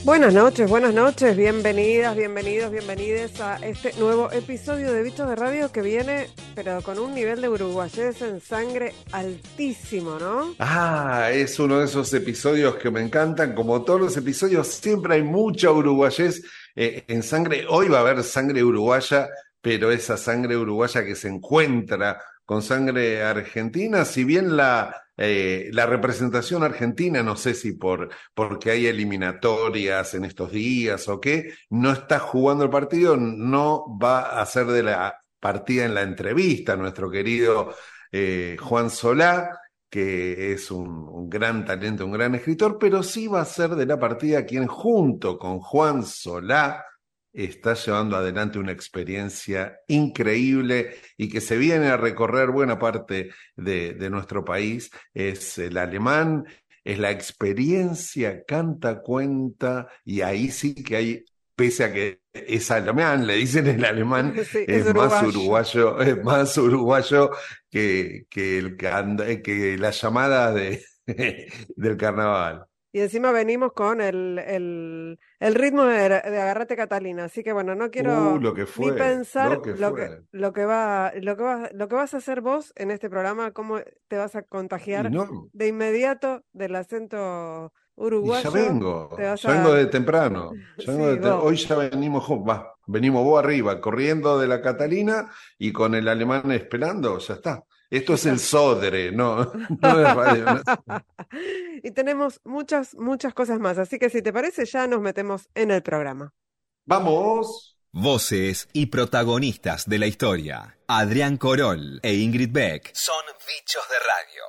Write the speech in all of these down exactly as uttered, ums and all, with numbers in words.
Buenas noches, buenas noches, bienvenidas, bienvenidos, bienvenides a este nuevo episodio de Bichos de Radio que viene, pero con un nivel de uruguayés en sangre altísimo, ¿no? Ah, es uno de esos episodios que me encantan. Como todos los episodios, siempre hay mucha uruguayés eh, en sangre. Hoy va a haber sangre uruguaya, pero esa sangre uruguaya que se encuentra con sangre argentina, si bien la, eh, la representación argentina, no sé si por porque hay eliminatorias en estos días o qué, no está jugando el partido, no va a ser de la partida en la entrevista nuestro querido eh, Juan Solá, que es un, un gran talento, un gran escritor, pero sí va a ser de la partida quien junto con Juan Solá está llevando adelante una experiencia increíble y que se viene a recorrer buena parte de, de nuestro país. Es el alemán, es la experiencia canta, cuenta, y ahí sí que hay, pese a que es alemán, le dicen el alemán, Sí, es es más uruguayo. uruguayo, es más uruguayo que, que, el, can- que la llamada de, del carnaval. Y encima venimos con el, el, el ritmo de, de Agarrate Catalina, así que bueno, no Uh, quiero lo que ni fue, pensar lo que lo que, fue. lo que va, lo que va, lo que vas a hacer vos en este programa, cómo te vas a Y contagiar no, de inmediato del acento y ya uruguayo, te vengo, vas ya vengo a... de temprano. Ya vengo de Sí, te- vos. hoy ya venimos, ju- va, venimos vos arriba, corriendo de la Catalina y con el alemán esperando, ya está. Esto es el Sodre, no, no es Radio Nacional. Y tenemos muchas, muchas cosas más, así que si te parece ya nos metemos en el programa. Vamos. Voces y protagonistas de la historia. Adrián Corol e Ingrid Beck son Bichos de Radio.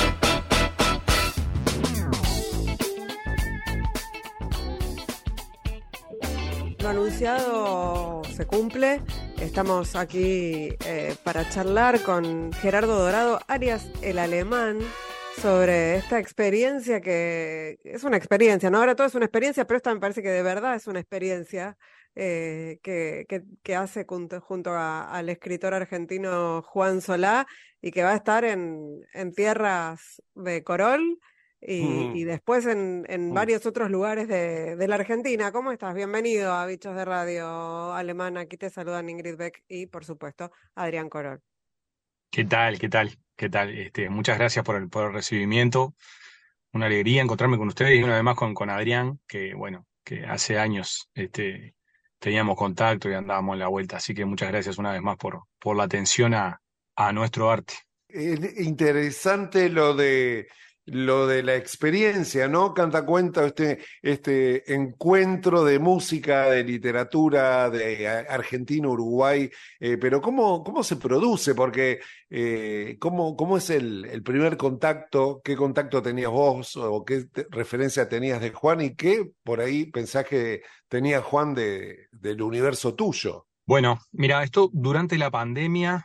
Lo anunciado se cumple. Estamos aquí eh, para charlar con Gerardo Dorado, alias el Alemán, sobre esta experiencia que es una experiencia, ¿no? Ahora todo es una experiencia, pero esta me parece que de verdad es una experiencia eh, que, que- que hace junto, junto a- al escritor argentino Juan Solá y que va a estar en, en tierras de Corol y, y después en, en varios otros lugares de, de la Argentina. ¿Cómo estás? Bienvenido a Bichos de Radio Alemán. Aquí te saludan Ingrid Beck y, por supuesto, Adrián Corol. ¿Qué tal? ¿Qué tal? ¿Qué tal? Este, muchas gracias por el, por el recibimiento. Una alegría encontrarme con ustedes y una vez más con, con Adrián, que bueno, que hace años este, teníamos contacto y andábamos en la vuelta. Así que muchas gracias una vez más por, por la atención a, a nuestro arte. Es interesante lo de lo de la experiencia, ¿no? Canta cuenta este, este encuentro de música, de literatura, de a- Argentina-Uruguay, eh, pero ¿cómo, cómo se produce? Porque eh, ¿cómo, cómo es el, el primer contacto? ¿Qué contacto tenías vos o qué te- referencia tenías de Juan y qué por ahí pensás que tenía Juan de, del universo tuyo? Bueno, mira, esto durante la pandemia,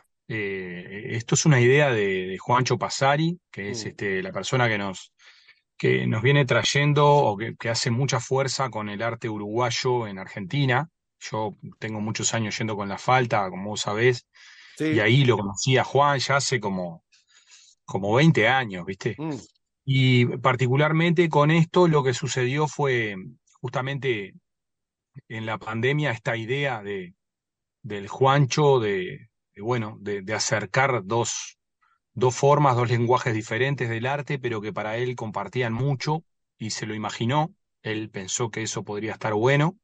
eh, esto es una idea de, de Juancho Passari, que es Mm, este, la persona que nos que nos viene trayendo o que, que hace mucha fuerza con el arte uruguayo en Argentina. Yo tengo muchos años yendo con La Falta, como vos sabés, y sí. ahí lo conocí a Juan ya hace como, como veinte años, ¿viste? Mm, Y particularmente con esto lo que sucedió fue justamente en la pandemia esta idea de, del Juancho de, de, bueno, de, de acercar dos dos formas, dos lenguajes diferentes del arte, pero que para él compartían mucho y se lo imaginó. Él pensó que eso podría estar bueno.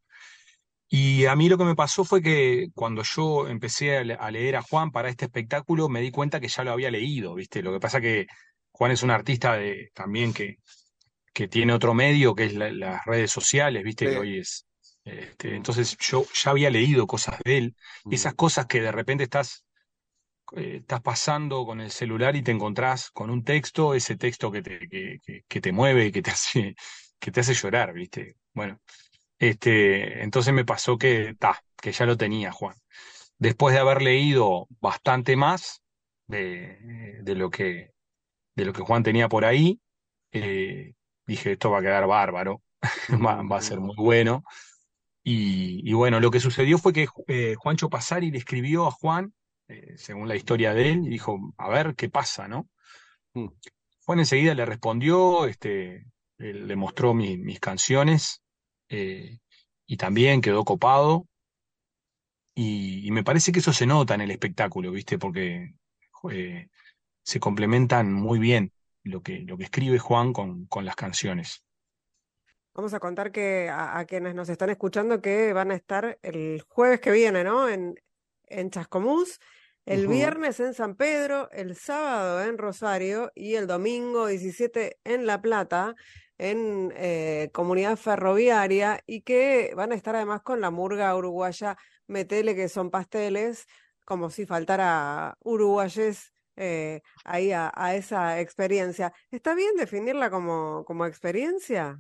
Y a mí lo que me pasó fue que cuando yo empecé a, le- a leer a Juan para este espectáculo, me di cuenta que ya lo había leído, ¿viste? Lo que pasa que Juan es un artista de, también que, que tiene otro medio, que es la- las redes sociales, ¿viste? Que sí. hoy es... Este, Mm, entonces yo ya había leído cosas de él, esas mm. cosas que de repente estás eh, estás pasando con el celular y te encontrás con un texto, ese texto que te, que, que- que te mueve, que te hace, que te hace llorar, ¿viste? Bueno, este, entonces me pasó que, ta, que ya lo tenía, Juan. Después de haber leído bastante más de, de lo que, de lo que Juan tenía por ahí, eh, dije, esto va a quedar bárbaro, va, va a ser muy bueno. Y, y bueno, lo que sucedió fue que eh, Juancho Passari le escribió a Juan, eh, según la historia de él, y dijo, a ver qué pasa, ¿no? Mm, Juan enseguida le respondió, este, él le mostró mi- mis canciones, eh, y también quedó copado, y, y me parece que eso se nota en el espectáculo, ¿viste? Porque eh, se complementan muy bien lo que, lo que escribe Juan con, con las canciones. Vamos a contar que a, a quienes nos están escuchando que van a estar el jueves que viene, ¿no? En, en Chascomús, el Ujú. viernes en San Pedro, el sábado en Rosario y el domingo diecisiete en La Plata, en eh, Comunidad Ferroviaria, y que van a estar además con la murga uruguaya Metele, que son pasteles, como si faltara uruguayés eh, ahí a, a esa experiencia. ¿Está bien definirla como, como experiencia?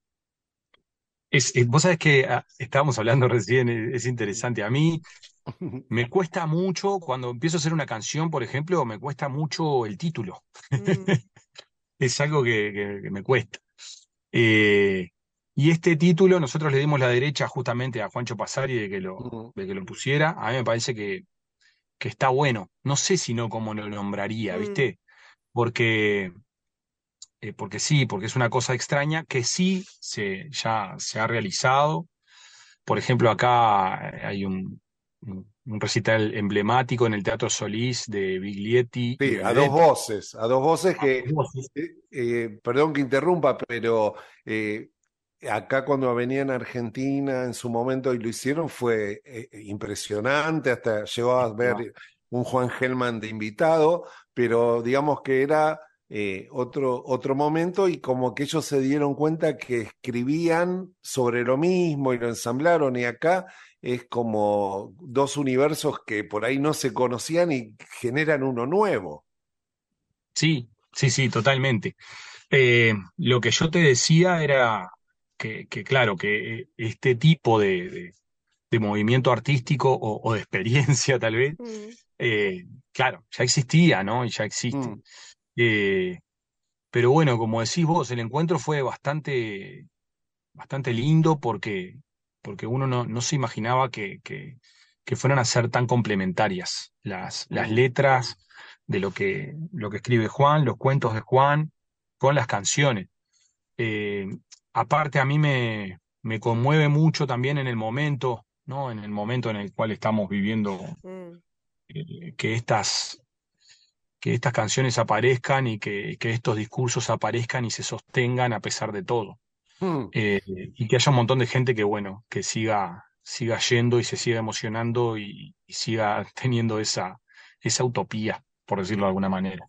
Es, es- vos sabés que ah, estábamos hablando recién, es, es interesante. A mí me cuesta mucho, cuando empiezo a hacer una canción, por ejemplo, me cuesta mucho el título. Mm, Es algo que, que- que me cuesta. Eh, y este título, nosotros le dimos la derecha justamente a Juancho Passari de que lo, Ujú. de que lo pusiera. A mí me parece que, que está bueno. No sé si no cómo lo nombraría, mm, ¿viste? Porque, eh, porque sí, porque es una cosa extraña que sí se, ya se ha realizado. Por ejemplo, acá eh, hay un, un- un recital emblemático en el Teatro Solís de Biglietti y Sí, a dos Benedetto. voces, a dos voces que, eh, eh, perdón que interrumpa, pero eh, acá cuando venían a Argentina en su momento y lo hicieron fue eh, impresionante, hasta llegó a ver un Juan Gelman de invitado, pero digamos que era eh, otro, otro momento y como que ellos se dieron cuenta que escribían sobre lo mismo y lo ensamblaron y acá es como dos universos que por ahí no se conocían y generan uno nuevo. Sí, sí, sí, totalmente. Eh, lo que yo te decía era que, que, claro, que eh, este tipo de, de- de movimiento artístico o, o de experiencia tal vez, mm. eh, claro, ya existía, ¿no? Y ya existe. Mm, Eh, pero bueno, como decís vos, el encuentro fue bastante, bastante lindo porque, porque uno no, no se imaginaba que, que, que fueran a ser tan complementarias las, las mm, letras de lo que, lo que escribe Juan, los cuentos de Juan, con las canciones. Eh, Aparte, a mí me, me conmueve mucho también en el momento, ¿no? En el momento en el cual estamos viviendo, Mm. eh, que estas, que estas canciones aparezcan y que, que estos discursos aparezcan y se sostengan a pesar de todo. mm. Eh, y que haya un montón de gente que, bueno, que siga, siga yendo y se siga emocionando y, y siga teniendo esa, esa utopía, por decirlo de alguna manera.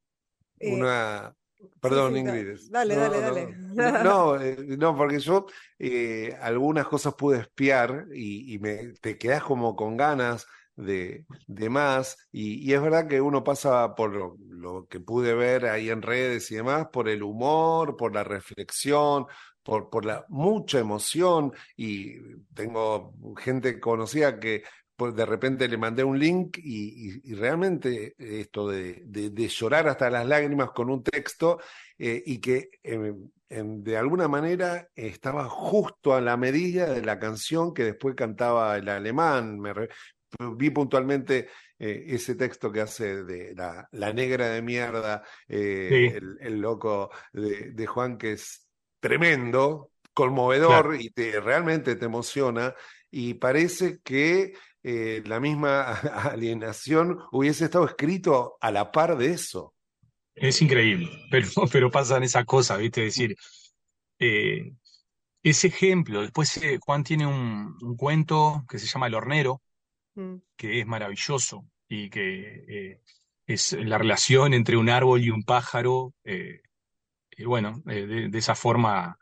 Eh, Una, sí, perdón, sí, da- Ingrid. es- dale, dale, No, dale. no, no, no, eh, no, porque yo eh, algunas cosas pude espiar y, y me, te quedás como con ganas de, de más. Y, y es verdad que uno pasa por lo, lo que pude ver ahí en redes y demás, por el humor, por la reflexión, por, por la mucha emoción. Y tengo gente conocida que pues de repente le mandé un link y, y- y realmente esto de, de- de llorar hasta las lágrimas con un texto eh, y que eh, en- de alguna manera estaba justo a la medida de la canción que después cantaba el alemán. Me re- vi puntualmente eh, ese texto que hace de la, la negra de mierda, eh, Sí, el, el loco de, de Juan, que es tremendo, claro. conmovedor y te, realmente te emociona. Y parece que eh, la misma alienación hubiese estado escrito a la par de eso. Es increíble, pero, pero pasan esas cosas, ¿viste? Es decir, eh, ese ejemplo, después eh, Juan tiene un, un cuento que se llama El Hornero, Mm, que es maravilloso y que eh, es la relación entre un árbol y un pájaro, eh, y bueno, eh, de, de esa forma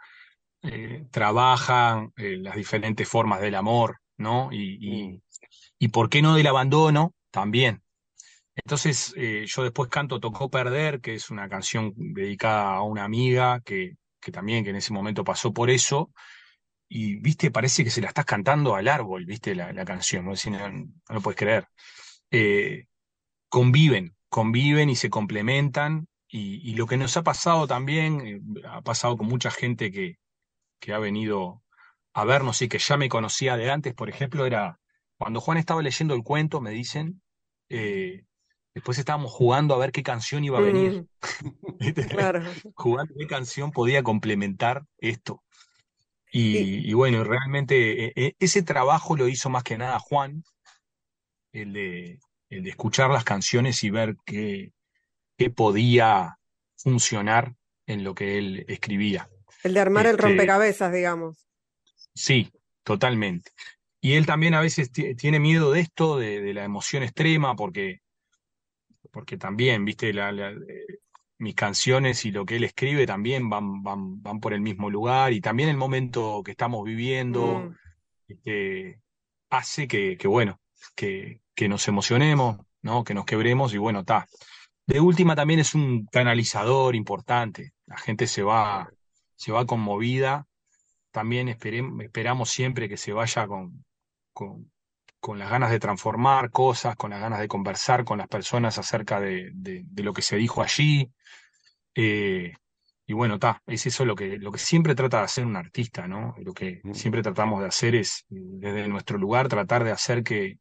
eh, trabajan eh, las diferentes formas del amor, ¿no? Y, Mm, y, y por qué no del abandono también. Entonces, eh, yo después canto Tocó Perder, que es una canción dedicada a una amiga que, que también, que en ese momento pasó por eso, y, viste, parece que se la estás cantando al árbol, viste, la, la canción, ¿no? Si no, no lo puedes creer. Eh, Conviven, conviven y se complementan, y, y lo que nos ha pasado también, eh, ha pasado con mucha gente que, que ha venido a vernos y que ya me conocía de antes, por ejemplo, era cuando Juan estaba leyendo el cuento, me dicen, eh, después estábamos jugando a ver qué canción iba a venir. mm, ¿Viste? claro. Jugando qué canción podía complementar esto. Y Y, y bueno, realmente eh, eh, ese trabajo lo hizo más que nada Juan, el de, el de escuchar las canciones y ver qué, qué podía funcionar en lo que él escribía. el de armar el Este, rompecabezas, digamos. sí, totalmente. Y él también a veces ti- tiene miedo de esto, de, de la emoción extrema, porque, porque también, viste, la- la- eh, mis canciones y lo que él escribe también van, van, van por el mismo lugar, y también el momento que estamos viviendo Mm. este, hace que, que, bueno, que, que nos emocionemos, ¿no? Que nos quebremos, y bueno, está. De última también es un canalizador importante. La gente se va, se va conmovida. También esperem- esperamos siempre que se vaya con, con, con las ganas de transformar cosas, con las ganas de conversar con las personas acerca de, de- de lo que se dijo allí. Eh, y bueno, está, es eso lo que, lo que siempre trata de hacer un artista, ¿no? Lo que Mm, siempre tratamos de hacer es, desde nuestro lugar, tratar de hacer que,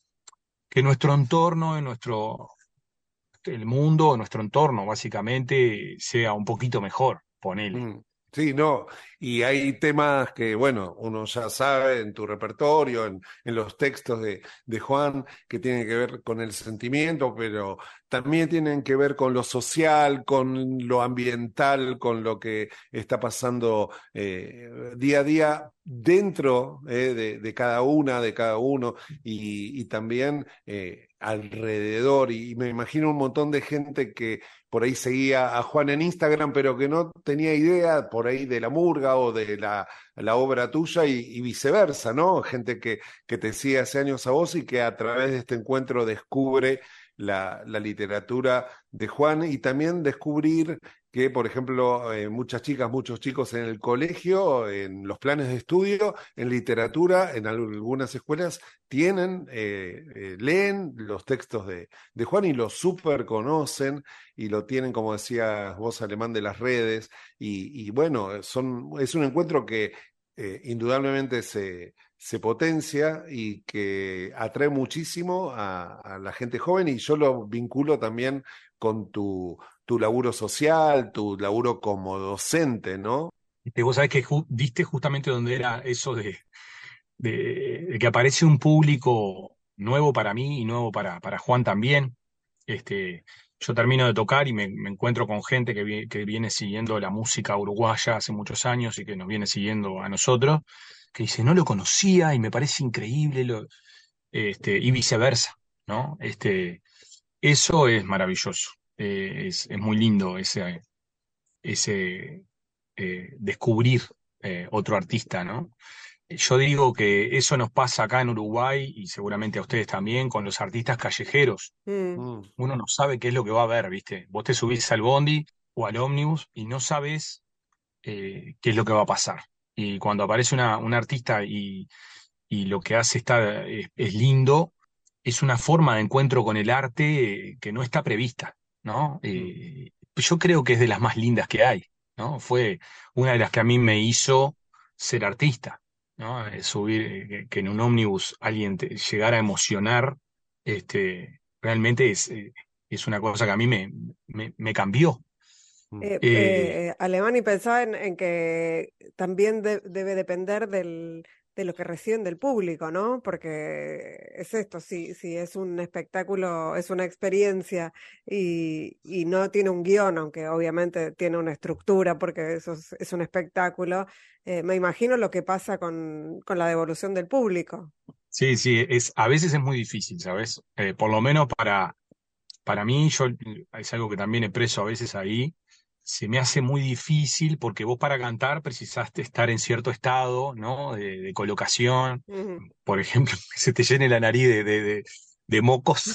que nuestro entorno, nuestro, el mundo, nuestro entorno, básicamente, sea un poquito mejor, ponele. mm. Sí, no, y hay temas que, bueno, uno ya sabe en tu repertorio, en, en los textos de, de Juan, que tienen que ver con el sentimiento, pero también tienen que ver con lo social, con lo ambiental, con lo que está pasando eh, día a día dentro eh, de, de cada una, de cada uno, y, y también eh, alrededor. Y me imagino un montón de gente que por ahí seguía a Juan en Instagram, pero que no tenía idea por ahí de la murga o de la, la obra tuya y, y viceversa, ¿no? Gente que, que te sigue hace años a vos y que a través de este encuentro descubre la, la literatura de Juan y también descubrir que, por ejemplo, eh, muchas chicas, muchos chicos en el colegio, en los planes de estudio, en literatura, en algunas escuelas, tienen, eh, eh, leen los textos de, de Juan y los súper conocen y lo tienen, como decías vos, Alemán, de las redes. Y, y bueno, son, es un encuentro que eh, indudablemente se, se potencia y que atrae muchísimo a, a la gente joven y yo lo vinculo también con tu, tu laburo social, tu laburo como docente, ¿no? Este, vos sabés que ju- diste justamente donde era eso de, de- de que aparece un público nuevo para mí y nuevo para, para Juan también. Este, yo termino de tocar y me, me encuentro con gente que, vi- que viene siguiendo la música uruguaya hace muchos años y que nos viene siguiendo a nosotros, que dice, no lo conocía y me parece increíble, lo- este, y viceversa, ¿no? Este, eso es maravilloso, eh, es, es muy lindo ese, ese eh, descubrir eh, otro artista, ¿no? Yo digo que eso nos pasa acá en Uruguay y seguramente a ustedes también con los artistas callejeros. Mm. Mm, Uno no sabe qué es lo que va a ver, ¿viste? Vos te subís al bondi o al ómnibus y no sabes eh, qué es lo que va a pasar. Y cuando aparece una, un artista y, y lo que hace está, es, es lindo, es una forma de encuentro con el arte eh, que no está prevista, ¿no? mm, Eh, yo creo que es de las más lindas que hay, ¿no? Fue una de las que a mí me hizo ser artista, ¿no? Eh, subir, eh, que, que en un ómnibus alguien te llegara a emocionar, este, realmente es, eh, es una cosa que a mí me, me, me cambió. mm, Eh, Eh, eh, Alemán, y pensaba en, en que también de- debe depender del, de lo que reciben del público, ¿no? Porque es esto, si, si es un espectáculo, es una experiencia y, y no tiene un guión, aunque obviamente tiene una estructura porque eso es, es un espectáculo, eh, me imagino lo que pasa con, con la devolución del público. sí, sí, es, a veces es muy difícil, ¿sabes? Eh, por lo menos para Para mí, yo es algo que también expreso a veces ahí, se me hace muy difícil porque vos para cantar precisaste estar en cierto estado, ¿no? De, de colocación, Ujú. por ejemplo, que se te llene la nariz de, de, de- de mocos,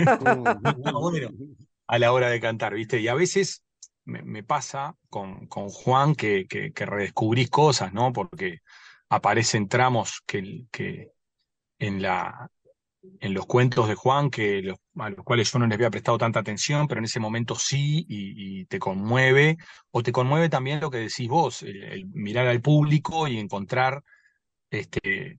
no está bueno mm. a la hora de cantar, ¿viste? Y a veces me, me pasa con, con Juan que, que, que redescubrís cosas, ¿no? Porque aparecen tramos que, que en la, en los cuentos de Juan que los- a los cuales yo no les había prestado tanta atención, pero en ese momento sí, y, y te conmueve, o te conmueve también lo que decís vos, el, el mirar al público y encontrar este,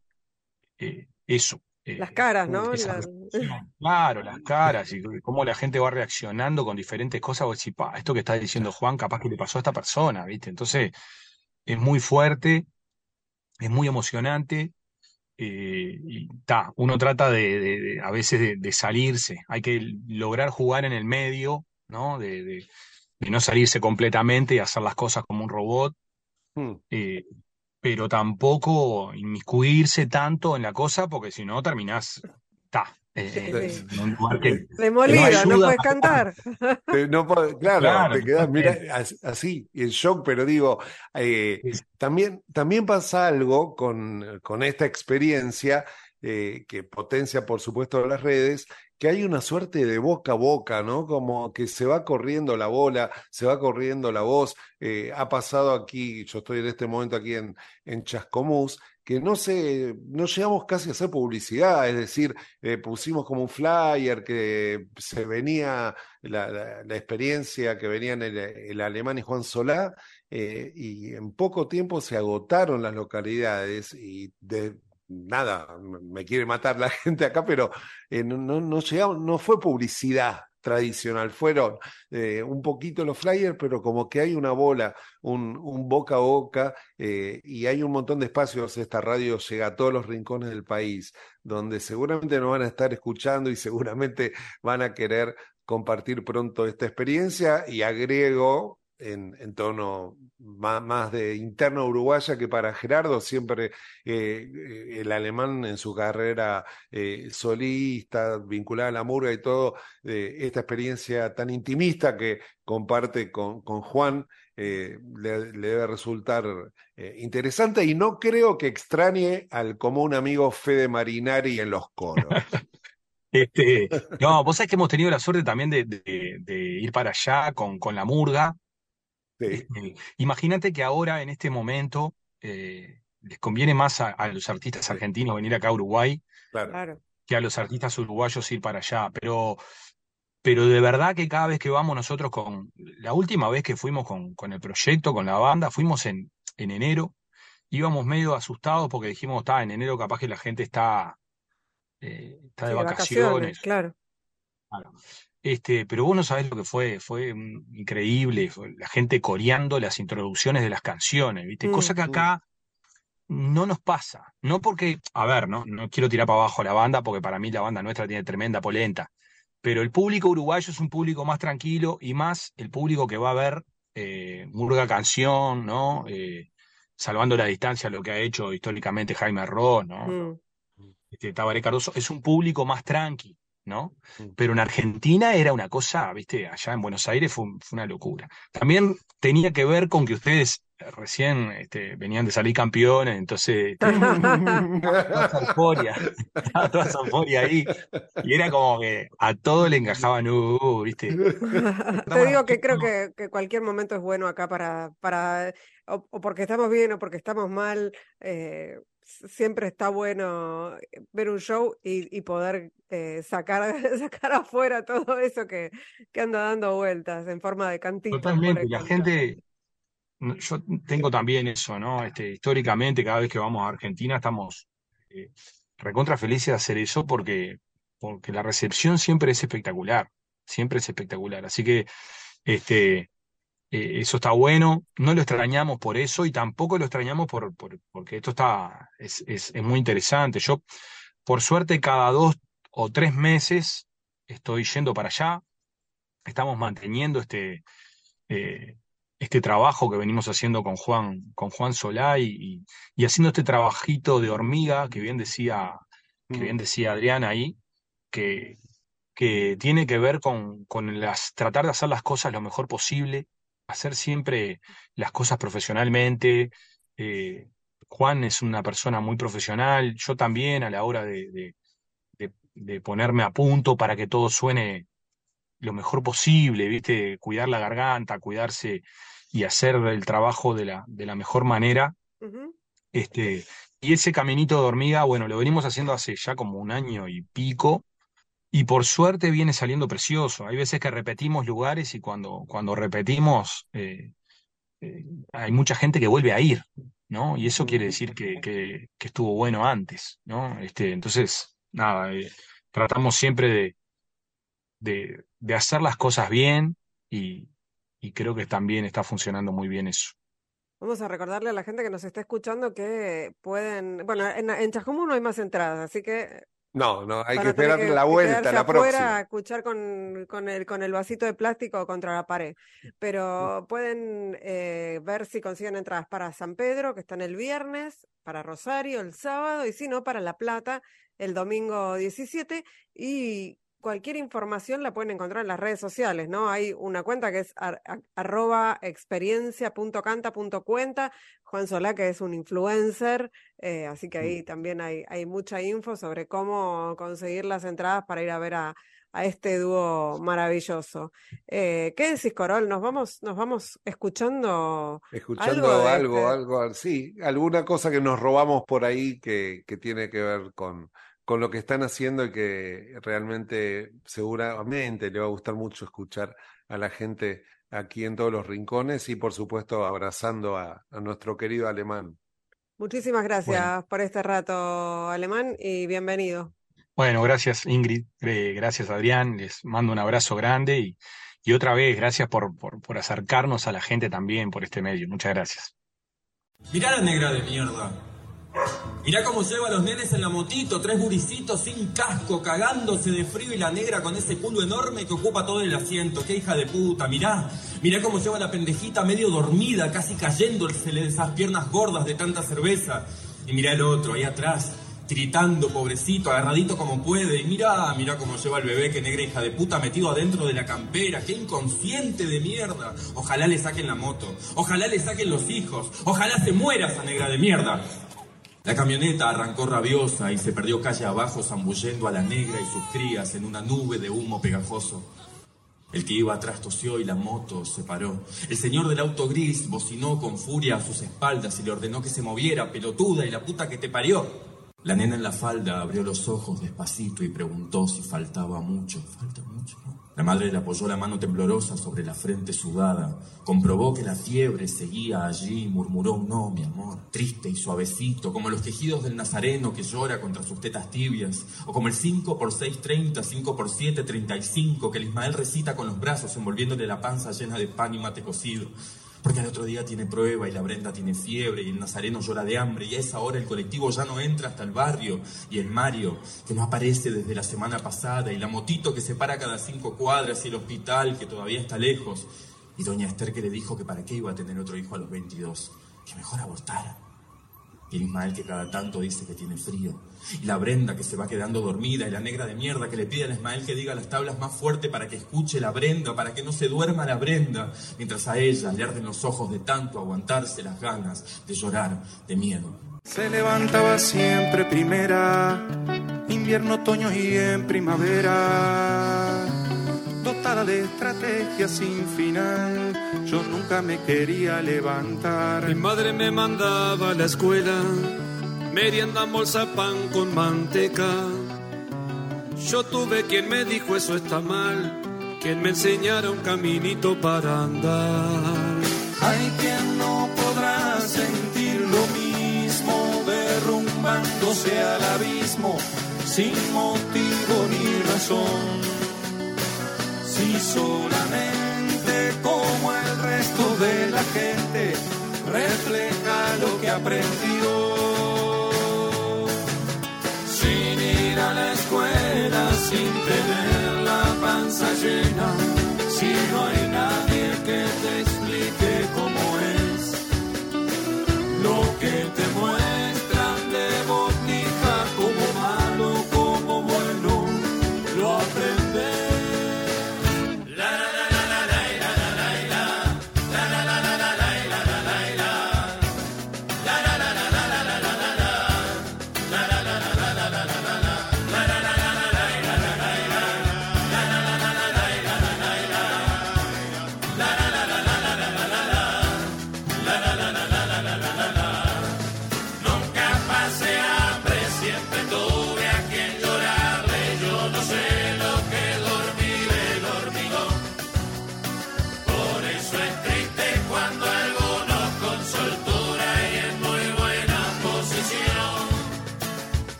eh, eso, Las eh, caras, Mm. ¿no? esa La- reacción, claro, las caras y cómo la gente va reaccionando con diferentes cosas, vos decís, pa, esto que está diciendo Juan capaz que le pasó a esta persona, ¿viste? Entonces es muy fuerte es muy emocionante. Eh, y ta, uno trata de, de- de- a veces de, de salirse, hay que lograr jugar en el medio, ¿no? De, de- de no salirse completamente y hacer las cosas como un robot, Mm. eh, pero tampoco inmiscuirse tanto en la cosa, porque si no terminás, ta, Sí, eh, sí. en un lugar que, que no Demolido, no ayuda. puedes cantar. Te- no pod- claro, Claro, te quedas, mira, totalmente. as- así, en shock, pero digo, eh, también, también pasa algo con, con esta experiencia, eh, que potencia, por supuesto, las redes, que hay una suerte de boca a boca, ¿no? Como que se va corriendo la bola, se va corriendo la voz. Eh, ha pasado aquí, yo estoy en este momento aquí en, en Chascomús, que no sé, no llegamos casi a hacer publicidad, es decir, eh, pusimos como un flyer que se venía la, la- la experiencia que venían el, el alemán y Juan Solá, eh, y en poco tiempo se agotaron las localidades y de nada, me quiere matar la gente acá, pero eh, no, no, no llegamos, no fue publicidad tradicional, fueron eh, un poquito los flyers, pero como que hay una bola, un, un boca a boca, eh, y hay un montón de espacios, esta radio llega a todos los rincones del país, donde seguramente nos van a estar escuchando y seguramente van a querer compartir pronto esta experiencia, y agrego en, en tono más, más de interno uruguaya que para Gerardo, siempre eh, eh, el alemán en su carrera eh, solista, vinculada a la murga y todo, eh, esta experiencia tan intimista que comparte con, con Juan, eh, le, le debe resultar eh, interesante, y no creo que extrañe al común amigo Fede Marinari en los coros. Este, no, vos sabés que hemos tenido la suerte también de, de- de ir para allá con, con la murga. Sí, Este, imagínate que ahora, en este momento, eh, les conviene más a, a los artistas sí, argentinos venir acá a Uruguay claro. Claro. que a los artistas uruguayos ir para allá. Pero, pero de verdad que cada vez que vamos nosotros con, la última vez que fuimos con, con el proyecto, con la banda, fuimos en, en enero, íbamos medio asustados porque dijimos, está, en enero capaz que la gente está, eh, está de Sí, de vacaciones, vacaciones. claro. Claro. Este, pero vos no sabés lo que fue, fue mm, increíble, fue la gente coreando las introducciones de las canciones, ¿viste? Cosa Mm. que Mm, acá no nos pasa, no porque, a ver, no, no quiero tirar para abajo la banda, porque para mí la banda nuestra tiene tremenda polenta, pero el público uruguayo es un público más tranquilo y más el público que va a ver eh, murga canción, ¿no? Eh, salvando la distancia lo que ha hecho históricamente Jaime Ross, ¿no? Mm. este, Tabaré Cardoso, es un público más tranqui, ¿no? mm. Pero en Argentina era una cosa, ¿viste? Allá en Buenos Aires fue, un- fue una locura. También tenía que ver con que ustedes eh, recién este, venían de salir campeones, entonces este, estaba toda esa euforia, estaba toda esa euforia ahí, y era como que a todo le encajaban, uh, uh, ¿viste? Te Estamos digo que creo nosotros, que, que cualquier momento es bueno acá para, para o, o porque estamos bien o porque estamos mal. eh, s- siempre está bueno eh, ver un show y, y poder eh, sacar, sacar afuera todo eso que, que anda dando vueltas en forma de cantitos, por totalmente, la ejemplo. gente, yo tengo también eso, ¿no? Este, históricamente, cada vez que vamos a Argentina estamos eh, recontra felices de hacer eso porque, porque la recepción siempre es espectacular, siempre es espectacular. Así que este, eh, eso está bueno, no lo extrañamos por eso y tampoco lo extrañamos por, por- porque esto está, es, es, es muy interesante. Yo, por suerte, cada dos o tres meses estoy yendo para allá, estamos manteniendo este eh, este trabajo que venimos haciendo con Juan, con Juan Solá y, y- y haciendo este trabajito de hormiga que bien decía, que bien Mm, decía Adrián ahí, que, que tiene que ver con, con las, tratar de hacer las cosas lo mejor posible, hacer siempre las cosas profesionalmente. eh, Juan es una persona muy profesional, yo también a la hora de, de de- de ponerme a punto para que todo suene lo mejor posible, ¿viste? Cuidar la garganta, cuidarse y hacer el trabajo de la, de la mejor manera. Ujú. Este, y ese caminito de hormiga, bueno, lo venimos haciendo hace ya como un año y pico, y por suerte viene saliendo precioso. Hay veces que repetimos lugares y cuando, cuando repetimos, eh, eh, hay mucha gente que vuelve a ir, ¿no? Y eso mm. quiere decir que, que- que estuvo bueno antes, ¿no? Este, entonces, nada, eh, tratamos siempre de de, de hacer las cosas bien y, y creo que también está funcionando muy bien eso. Vamos a recordarle a la gente que nos está escuchando que pueden, bueno, en, en Chascomús no hay más entradas, así que No, no, hay van que a tener esperar que, la que vuelta, quedarse la afuera a próxima. escuchar con, con el, con el vasito de plástico contra la pared. Pero pueden eh, ver si consiguen entradas para San Pedro, que están el viernes, para Rosario el sábado, y si no, para La Plata el domingo diecisiete. Y cualquier información la pueden encontrar en las redes sociales, ¿no? Hay una cuenta que es ar, ar, arroba experiencia punto canta punto cuenta. Juan Solá, que es un influencer, eh, así que ahí también hay, hay mucha info sobre cómo conseguir las entradas para ir a ver a, a este dúo maravilloso. Eh, ¿qué decís, Corol? ¿Nos vamos, nos vamos escuchando, Escuchando algo de algo, este? algo, sí, alguna cosa que nos robamos por ahí que, que tiene que ver con, con lo que están haciendo y que realmente seguramente le va a gustar mucho escuchar a la gente aquí en todos los rincones y por supuesto abrazando a, a nuestro querido Alemán. Muchísimas gracias Bueno, por este rato, Alemán, y bienvenido. bueno, gracias Ingrid, eh, gracias Adrián, les mando un abrazo grande y, y otra vez gracias por, por, por acercarnos a la gente también por este medio. Muchas gracias. Mirá la negra de mierda. Mirá cómo lleva a los nenes en la motito, tres guricitos sin casco, cagándose de frío y la negra con ese culo enorme que ocupa todo el asiento. ¡Qué hija de puta! Mirá, mirá cómo lleva a la pendejita medio dormida, casi cayéndosele de esas piernas gordas de tanta cerveza. Y mirá el otro, ahí atrás, tiritando, pobrecito, agarradito como puede. Y mirá, mirá cómo lleva al bebé, que negra hija de puta, metido adentro de la campera. ¡Qué inconsciente de mierda! Ojalá le saquen la moto, ojalá le saquen los hijos, ojalá se muera esa negra de mierda. La camioneta arrancó rabiosa y se perdió calle abajo zambullendo a la negra y sus crías en una nube de humo pegajoso. El que iba atrás tosió y la moto se paró. El señor del auto gris bocinó con furia a sus espaldas y le ordenó que se moviera, pelotuda y la puta que te parió. La nena en la falda abrió los ojos despacito y preguntó si faltaba mucho. ¿Falta mucho? ¿No? La madre le apoyó la mano temblorosa sobre la frente sudada. Comprobó que la fiebre seguía allí y murmuró un no, mi amor. Triste y suavecito, como los quejidos del nazareno que llora contra sus tetas tibias. O como el cinco por seis, treinta, cinco por siete, treinta y cinco que el Ismael recita con los brazos envolviéndole la panza llena de pan y mate cocido. Porque al otro día tiene prueba y la Brenda tiene fiebre y el nazareno llora de hambre y a esa hora el colectivo ya no entra hasta el barrio y el Mario que no aparece desde la semana pasada y la motito que se para cada cinco cuadras y el hospital que todavía está lejos y doña Esther que le dijo que para qué iba a tener otro hijo a los veintidós, que mejor abortara. Y el Ismael que cada tanto dice que tiene frío. Y la Brenda que se va quedando dormida. Y la negra de mierda que le pide al Ismael que diga las tablas más fuerte para que escuche la Brenda, para que no se duerma la Brenda. Mientras a ella le arden los ojos de tanto aguantarse las ganas de llorar de miedo. Se levantaba siempre primera, invierno, otoño y en primavera. Dotada de estrategia sin final, yo nunca me quería levantar. Mi madre me mandaba a la escuela, merienda, bolsa, pan con manteca. Yo tuve quien me dijo eso está mal, quien me enseñara un caminito para andar. Hay quien no podrá sentir lo mismo, derrumbándose al abismo, sin motivo ni razón. Si solamente como el resto de la gente refleja lo que aprendió. Sin ir a la escuela, sin tener la panza llena, si no hay nadie que te explique cómo es lo que te muestran de botija, como malo, como bueno, lo aprendes.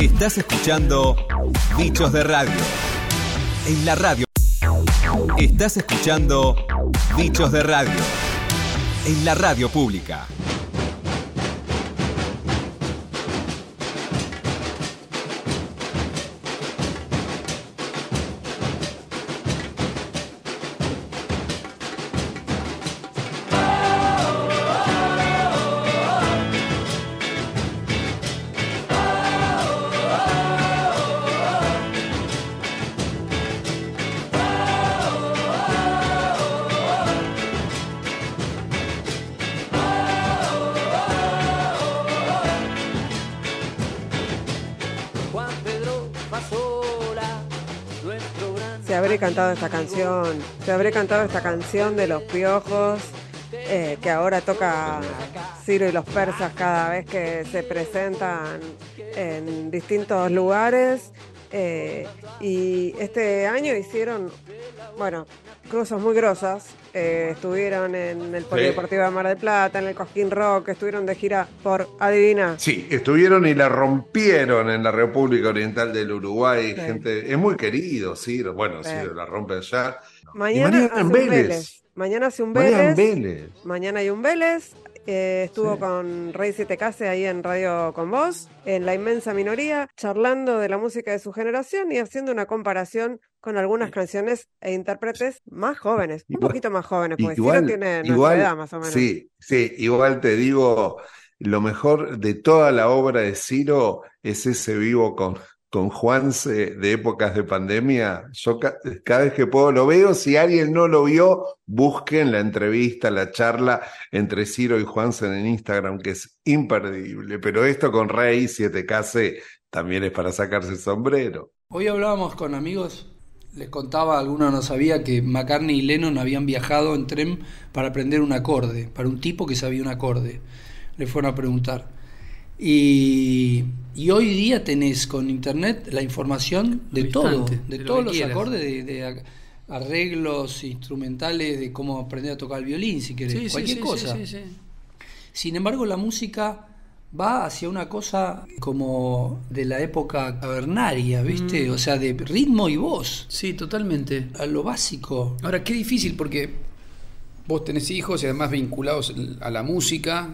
Estás escuchando Bichos de Radio. En la radio. Estás escuchando Bichos de Radio. En la radio pública. Se habré cantado esta canción, se habré cantado esta canción de Los Piojos, eh, que ahora toca Ciro y los Persas cada vez que se presentan en distintos lugares. Eh, y este año hicieron, bueno, cosas muy grosas. Eh, estuvieron en el Polideportivo de Mar del Plata, en el Cosquín Rock, estuvieron de gira por, adivina. Sí, estuvieron y la rompieron en la República Oriental del Uruguay. Sí. Gente, es muy querido, Ciro. Bueno, Sí. Ciro la rompe allá. Mañana, Y hace en un Vélez. Vélez. Mañana hace un Mañana en Vélez. Vélez. Mañana hay un Vélez. Eh, estuvo Sí. con Rey Siete Case ahí en Radio Con Vos, en La Inmensa Minoría, charlando de la música de su generación y haciendo una comparación con algunas canciones e intérpretes más jóvenes, un Igual- poquito más jóvenes, porque Igual, Ciro tiene nuestra igual, edad más o menos. sí, sí, igual te digo, lo mejor de toda la obra de Ciro es ese vivo con, con Juanse de épocas de pandemia. Yo ca- cada vez que puedo lo veo. Si alguien no lo vio, busquen la entrevista, la charla entre Ciro y Juanse en Instagram, que es imperdible. Pero esto con Rey siete Case también es para sacarse el sombrero. Hoy hablábamos con amigos, les contaba, alguno no sabía que McCartney y Lennon habían viajado en tren para aprender un acorde, para un tipo que sabía un acorde. Le fueron a preguntar. Y, y hoy día tenés con internet la información de Al todo, instante, de, de lo todos que los quieras. acordes, de, de arreglos instrumentales, de cómo aprender a tocar el violín, si querés, Sí, sí, cualquier sí, cosa. sí, sí, sí. Sin embargo, la música va hacia una cosa como de la época cavernaria, ¿viste? Mm. O sea, de ritmo y voz, Sí, totalmente. a lo básico. Ahora, qué difícil porque vos tenés hijos y además vinculados a la música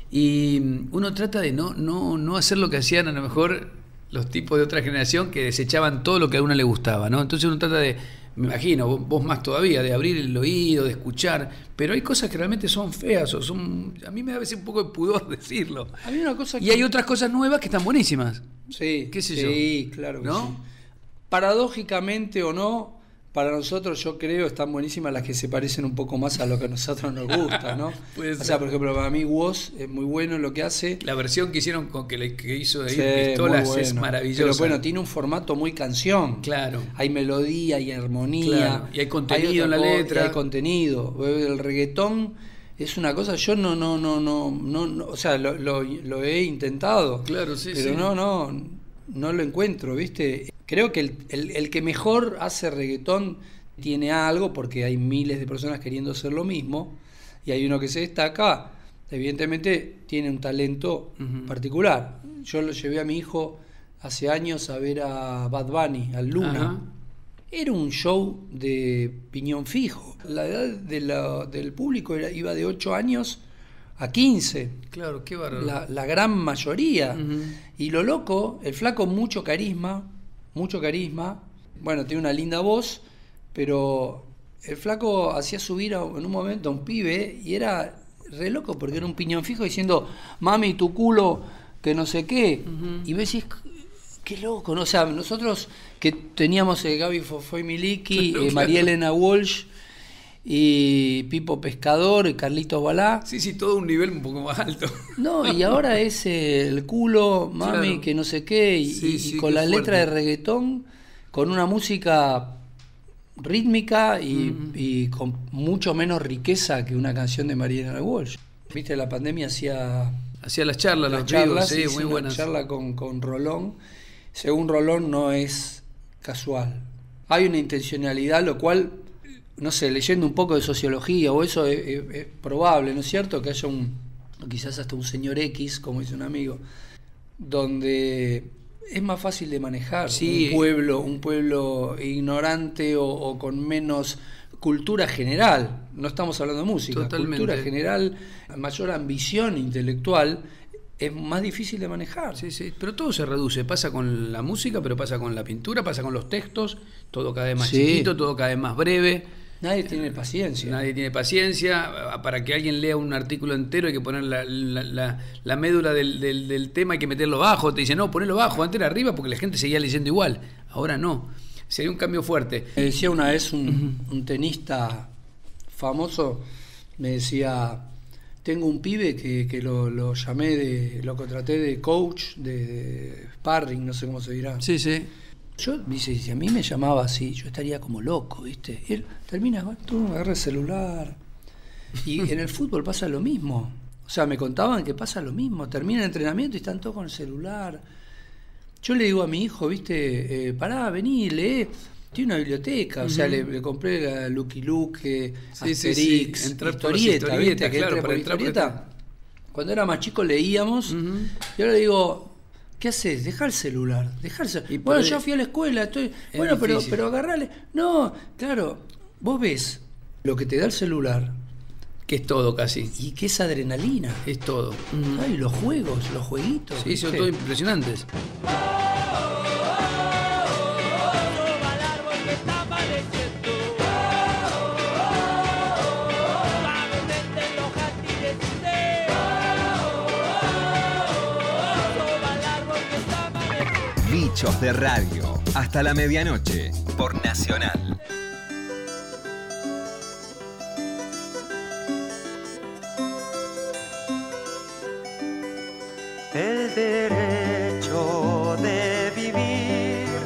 y uno trata de no, no, no hacer lo que hacían a lo mejor los tipos de otra generación que desechaban todo lo que a uno le gustaba, ¿no? Entonces uno trata de, me imagino, vos, vos más todavía, de abrir el oído, de escuchar, pero hay cosas que realmente son feas o son... A mí me da a veces un poco de pudor decirlo. A mí una cosa Y hay otras cosas nuevas que están buenísimas. Sí, qué sé sí, yo, claro que ¿no? sí. Paradójicamente o no, para nosotros yo creo están buenísimas las que se parecen un poco más a lo que a nosotros nos gusta, ¿no? Puede O sea, ser. por ejemplo, para mí Woz es muy bueno en lo que hace. La versión que hicieron con que, le, que hizo de Sí, Pistolas muy bueno. es maravillosa. Pero bueno, tiene un formato muy canción. Claro. Hay melodía, hay armonía. Claro, y hay contenido otra en la co- letra. y hay contenido. El reggaetón es una cosa, yo no, no, no, no, no, no o sea, lo, lo, lo he intentado. Claro, sí, pero sí. no, no, no lo encuentro, ¿viste? Creo que el, el, el que mejor hace reggaetón tiene algo, porque hay miles de personas queriendo hacer lo mismo, y hay uno que se destaca, evidentemente tiene un talento Ujú. particular. Yo lo llevé a mi hijo hace años a ver a Bad Bunny, al Luna. Ajá. Era un show de piñón fijo. La edad de la- del público era, iba de ocho años a quince, Claro, qué bárbaro. la, la gran mayoría. Ujú. Y lo loco, el flaco mucho carisma, mucho carisma, bueno, tiene una linda voz, pero el flaco hacía subir a- en un momento a un pibe y era re loco porque era un piñón fijo diciendo, mami, tu culo, que no sé qué. Ujú. Y vos decís, qué loco, ¿no? O sea, nosotros que teníamos eh, Gaby Fofoy Miliki, Claro, eh, María claro. Elena Walsh y Pipo Pescador y Carlitos Balá. Sí, sí, todo un nivel un poco más alto. No, y ahora es eh, el culo, mami, Claro. que no sé qué, y, Sí, y- y sí, con qué la letra fuerte. de reggaetón, con una música rítmica y, Ujú. y con mucho menos riqueza que una canción de Mariana Walsh. Viste, la pandemia hacía Hacía las charlas, las los charlas, vivos, sí, hice muy una buenas. charla con, con Rolón. Según Rolón no es casual. Hay una intencionalidad, lo cual, no sé, leyendo un poco de sociología o eso es, es- es probable, ¿no es cierto? Que haya un, o quizás hasta un señor X, como dice un amigo, donde es más fácil de manejar. Sí. Un pueblo, un pueblo ignorante o, o con menos cultura general. No estamos hablando de música. Totalmente. Cultura general, mayor ambición intelectual, es más difícil de manejar. Sí, sí, pero todo se reduce. Pasa con la música, pero pasa con la pintura, pasa con los textos. Todo cada vez más Sí. chiquito, todo cada vez más breve. Nadie tiene paciencia. Nadie tiene paciencia. Para que alguien lea un artículo entero hay que poner la, la, la, la médula del, del, del tema, hay que meterlo bajo. Te dicen, no, ponelo bajo, antes era arriba porque la gente seguía leyendo igual. Ahora no. Sería un cambio fuerte. Me decía una vez un, un tenista famoso, me decía, tengo un pibe que, que lo, lo llamé, de, lo contraté de coach, de, de sparring, no sé cómo se dirá. Sí, sí. Yo, dice, si a mí me llamaba así, yo estaría como loco, ¿viste? Y él termina, tú agarra el celular. Y en el fútbol pasa lo mismo. O sea, me contaban que pasa lo mismo. Termina el entrenamiento y están todos con el celular. Yo le digo a mi hijo, ¿viste? Eh, pará, vení, lee. Tiene una biblioteca. Uh-huh. O sea, le, le compré la Lucky Luke, sí, Asterix, sí, sí. Entrar historieta, por ¿viste? historieta, Que claro, entre por para entrar historieta. por... Cuando era más chico leíamos. Uh-huh. Y ahora le digo, ¿qué haces? Dejá el celular. Dejá el celular. Bueno, yo fui a la escuela, estoy. Bueno, pero, pero agarrale. No, claro, vos ves lo que te da el celular. Que es todo casi. Y que es adrenalina. Es todo. Uh-huh. Ay, los juegos, los jueguitos. Sí, son todos impresionantes. Bichos de Radio, hasta la medianoche, por Nacional. El derecho de vivir,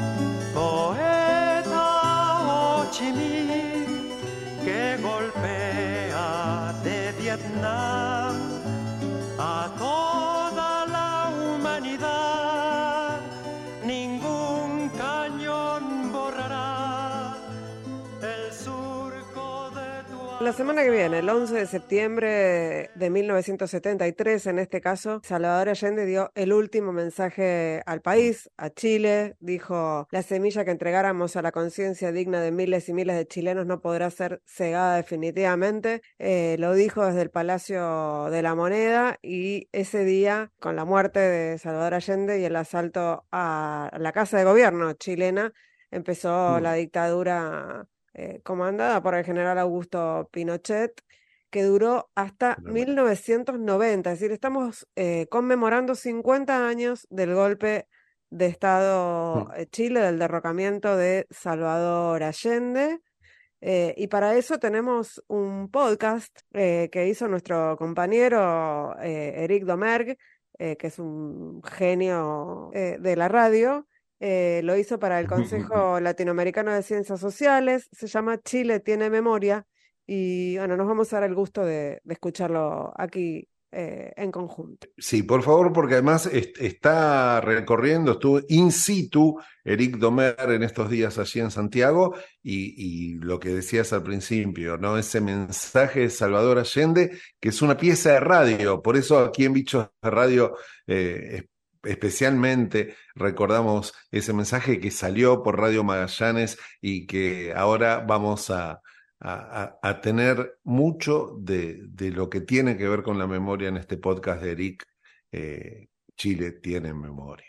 poeta Ho Chi Minh, que golpea de Vietnam a toda la humanidad. Ningún cañón borrará el surco de tu... La semana que viene, el once de septiembre de mil novecientos setenta y tres, en este caso, Salvador Allende dio el último mensaje al país, a Chile. Dijo, la semilla que entregáramos a la conciencia digna de miles y miles de chilenos no podrá ser cegada definitivamente. Eh, lo dijo desde el Palacio de la Moneda, y ese día, con la muerte de Salvador Allende y el asalto a la Casa de Gobierno chilena, empezó mm. la dictadura Eh, comandada por el general Augusto Pinochet, que duró hasta no, mil novecientos noventa, es decir, estamos eh, conmemorando cincuenta años del golpe de Estado en Chile, del derrocamiento de Salvador Allende, eh, y para eso tenemos un podcast eh, que hizo nuestro compañero eh, Eric Domergue, eh, que es un genio eh, de la radio. Eh, lo hizo para el Consejo Latinoamericano de Ciencias Sociales, se llama Chile tiene memoria, y bueno, nos vamos a dar el gusto de, de escucharlo aquí eh, en conjunto. Sí, por favor, porque además est- está recorriendo, estuvo in situ Eric Domergue en estos días allí en Santiago, y, y lo que decías al principio, ¿no? Ese mensaje de Salvador Allende, que es una pieza de radio, por eso aquí en Bichos de Radio eh, especialmente recordamos ese mensaje que salió por Radio Magallanes y que ahora vamos a, a, a tener mucho de, de lo que tiene que ver con la memoria en este podcast de Eric. eh, Chile tiene memoria.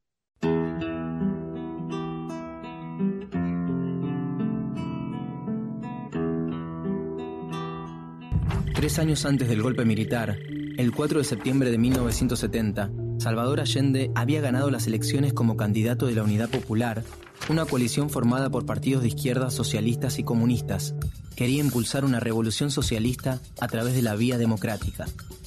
Tres años antes del golpe militar, el cuatro de septiembre de mil novecientos setenta, Salvador Allende había ganado las elecciones como candidato de la Unidad Popular, una coalición formada por partidos de izquierda socialistas y comunistas. Quería impulsar una revolución socialista a través de la vía democrática.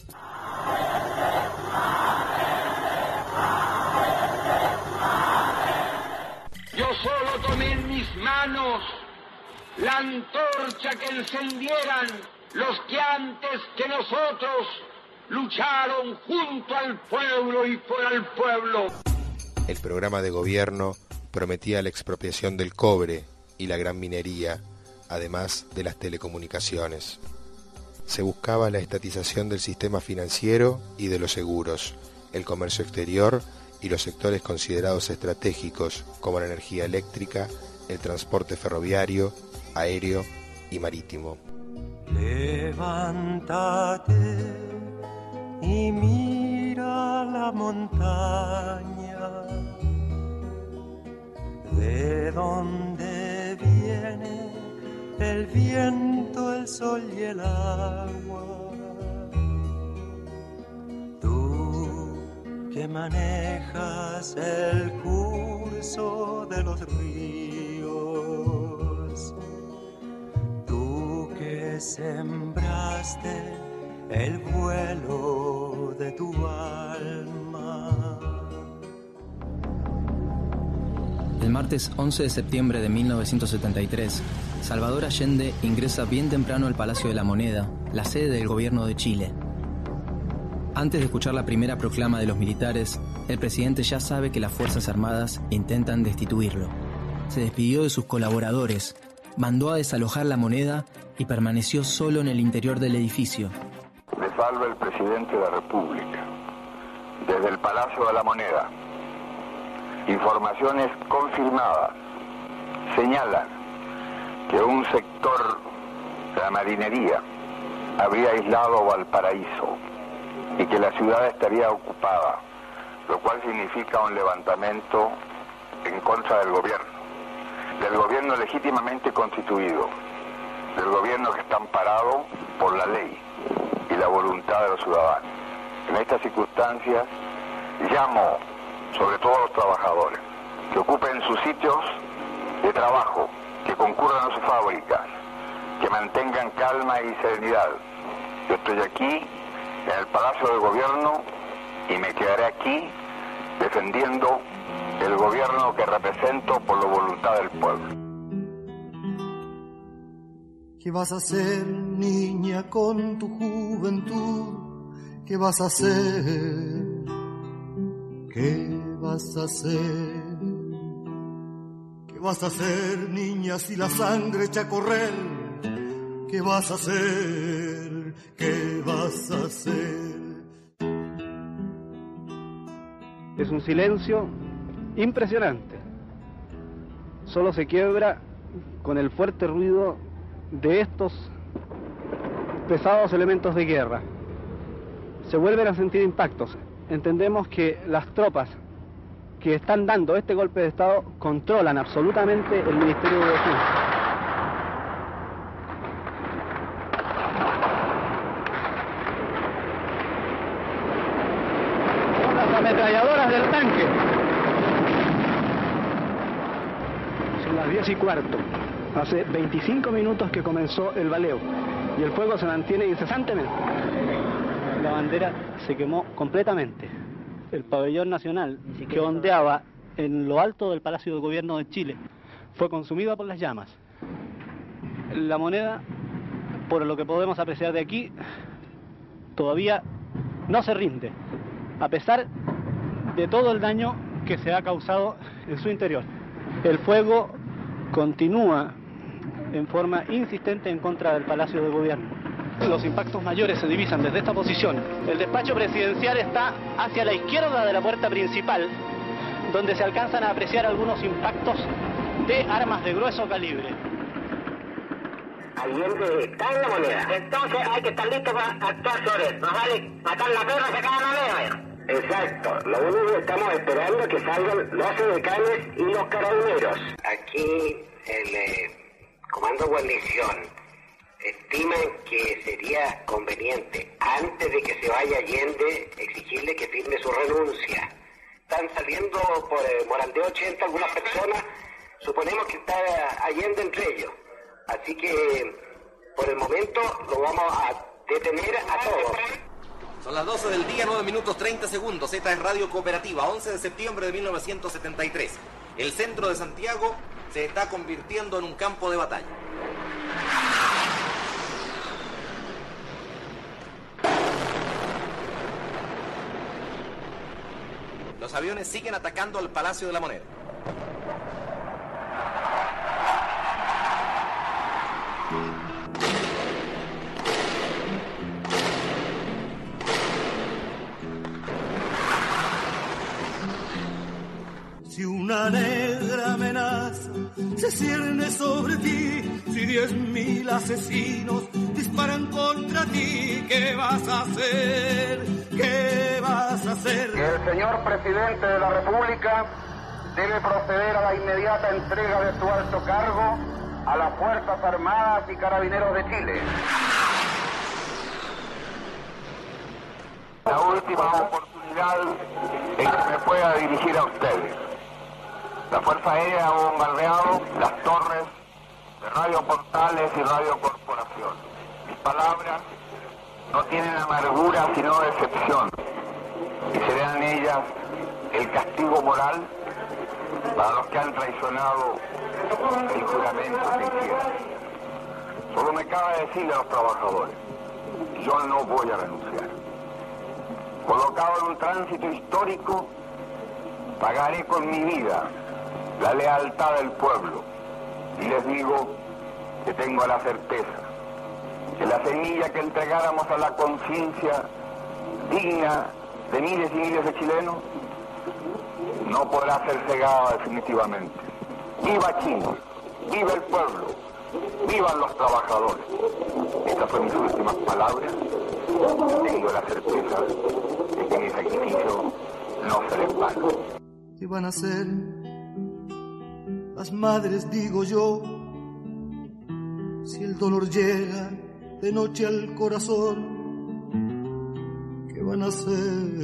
Yo solo tomé en mis manos la antorcha que encendieran los que antes que nosotros lucharon junto al pueblo y por el pueblo. El programa de gobierno prometía la expropiación del cobre y la gran minería, además de las telecomunicaciones. Se buscaba la estatización del sistema financiero y de los seguros, el comercio exterior y los sectores considerados estratégicos como la energía eléctrica, el transporte ferroviario, aéreo y marítimo. Levántate y mira la montaña, de donde viene el viento, el sol y el agua. Tú que manejas el curso de los ríos, tú que sembraste el vuelo de tu alma. El martes once de septiembre de mil novecientos setenta y tres, Salvador Allende ingresa bien temprano al Palacio de la Moneda, la sede del gobierno de Chile. Antes de escuchar la primera proclama de los militares, el presidente ya sabe que las Fuerzas Armadas intentan destituirlo. Se despidió de sus colaboradores, mandó a desalojar la Moneda y permaneció solo en el interior del edificio. Le salva el presidente de la República. Desde el Palacio de la Moneda, informaciones confirmadas señalan que un sector de la marinería habría aislado Valparaíso y que la ciudad estaría ocupada, lo cual significa un levantamiento en contra del gobierno, del gobierno legítimamente constituido, del gobierno que está amparado por la ley y la voluntad de los ciudadanos. En estas circunstancias llamo sobre todo a los trabajadores que ocupen sus sitios de trabajo, que concurran a sus fábricas, que mantengan calma y serenidad. Yo estoy aquí en el Palacio del Gobierno y me quedaré aquí defendiendo el gobierno que represento por la voluntad del pueblo. ¿Qué vas a hacer, niña, con tu juventud? ¿Qué vas a hacer? ¿Qué vas a hacer? ¿Qué vas a hacer, niña, si la sangre echa a correr? ¿Qué vas a hacer? ¿Qué vas a hacer? Es un silencio impresionante. Solo se quiebra con el fuerte ruido de estos pesados elementos de guerra. Se vuelven a sentir impactos. Entendemos que las tropas que están dando este golpe de Estado controlan absolutamente el Ministerio de Defensa. Son las ametralladoras del tanque. Son las diez y cuarto. Hace veinticinco minutos que comenzó el baleo y el fuego se mantiene incesantemente. La bandera se quemó completamente. El pabellón nacional que ondeaba en lo alto del Palacio del Gobierno de Chile fue consumida por las llamas. La Moneda, por lo que podemos apreciar de aquí, todavía no se rinde, a pesar de todo el daño que se ha causado en su interior. El fuego continúa en forma insistente en contra del Palacio de Gobierno. Los impactos mayores se divisan desde esta posición. El despacho presidencial está hacia la izquierda de la puerta principal, donde se alcanzan a apreciar algunos impactos de armas de grueso calibre. Allende está en la Moneda. Entonces hay que estar listos para actuar sobre eso. No vale matar la perra y sacar la moneda. Exacto. Lo único que estamos esperando es que salgan los edecanes y los carabineros. Aquí el eh, Comando Guarnición estiman que sería conveniente, antes de que se vaya Allende, exigirle que firme su renuncia. Están saliendo por eh, Morandé ochenta algunas personas, suponemos que está Allende entre ellos. Así que, por el momento, lo vamos a detener a todos. Son las doce del día, nueve minutos treinta segundos. Esta es Radio Cooperativa, once de septiembre de mil novecientos setenta y tres. El centro de Santiago se está convirtiendo en un campo de batalla. Los aviones siguen atacando al Palacio de la Moneda. una negra amenaza se cierne sobre ti. Si diez mil asesinos disparan contra ti, ¿qué vas a hacer? ¿Qué vas a hacer? Que el señor presidente de la República debe proceder a la inmediata entrega de su alto cargo a las Fuerzas Armadas y Carabineros de Chile. La última oportunidad en que me pueda dirigir a ustedes. La Fuerza Aérea ha bombardeado las torres de Radio Portales y Radio Corporación. Mis palabras no tienen amargura sino decepción, y serán ellas el castigo moral para los que han traicionado el juramento que hicieron. Solo me cabe decirle a los trabajadores, yo no voy a renunciar. Colocado en un tránsito histórico, pagaré con mi vida la lealtad del pueblo. Y les digo que tengo la certeza que la semilla que entregáramos a la conciencia digna de miles y miles de chilenos no podrá ser cegada definitivamente. ¡Viva Chile! ¡Viva el pueblo! ¡Vivan los trabajadores! Estas son mis últimas palabras. Tengo la certeza de que mi sacrificio no será en vano. ¿Qué van a hacer las madres, digo yo, si el dolor llega de noche al corazón? ¿Qué van a hacer?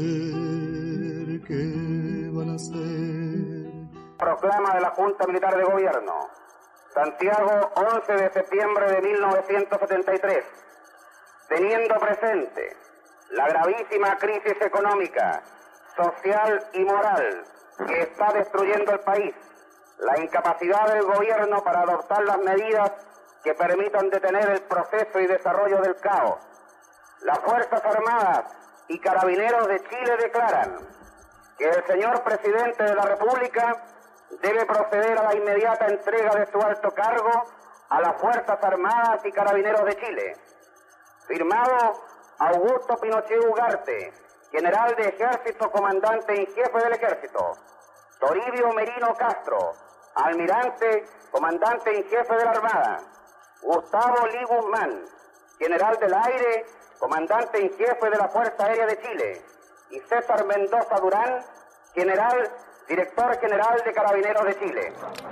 ¿Qué van a hacer? Proclama de la Junta Militar de Gobierno. Santiago, once de septiembre de mil novecientos setenta y tres. Teniendo presente la gravísima crisis económica, social y moral que está destruyendo el país, la incapacidad del gobierno para adoptar las medidas que permitan detener el proceso y desarrollo del caos, las Fuerzas Armadas y Carabineros de Chile declaran que el señor presidente de la República debe proceder a la inmediata entrega de su alto cargo a las Fuerzas Armadas y Carabineros de Chile. Firmado Augusto Pinochet Ugarte, general de Ejército, comandante en jefe del Ejército. Toribio Merino Castro, almirante, comandante en jefe de la Armada. Gustavo Lee Guzmán, general del Aire, comandante en jefe de la Fuerza Aérea de Chile. Y César Mendoza Durán, general, director general de Carabineros de Chile.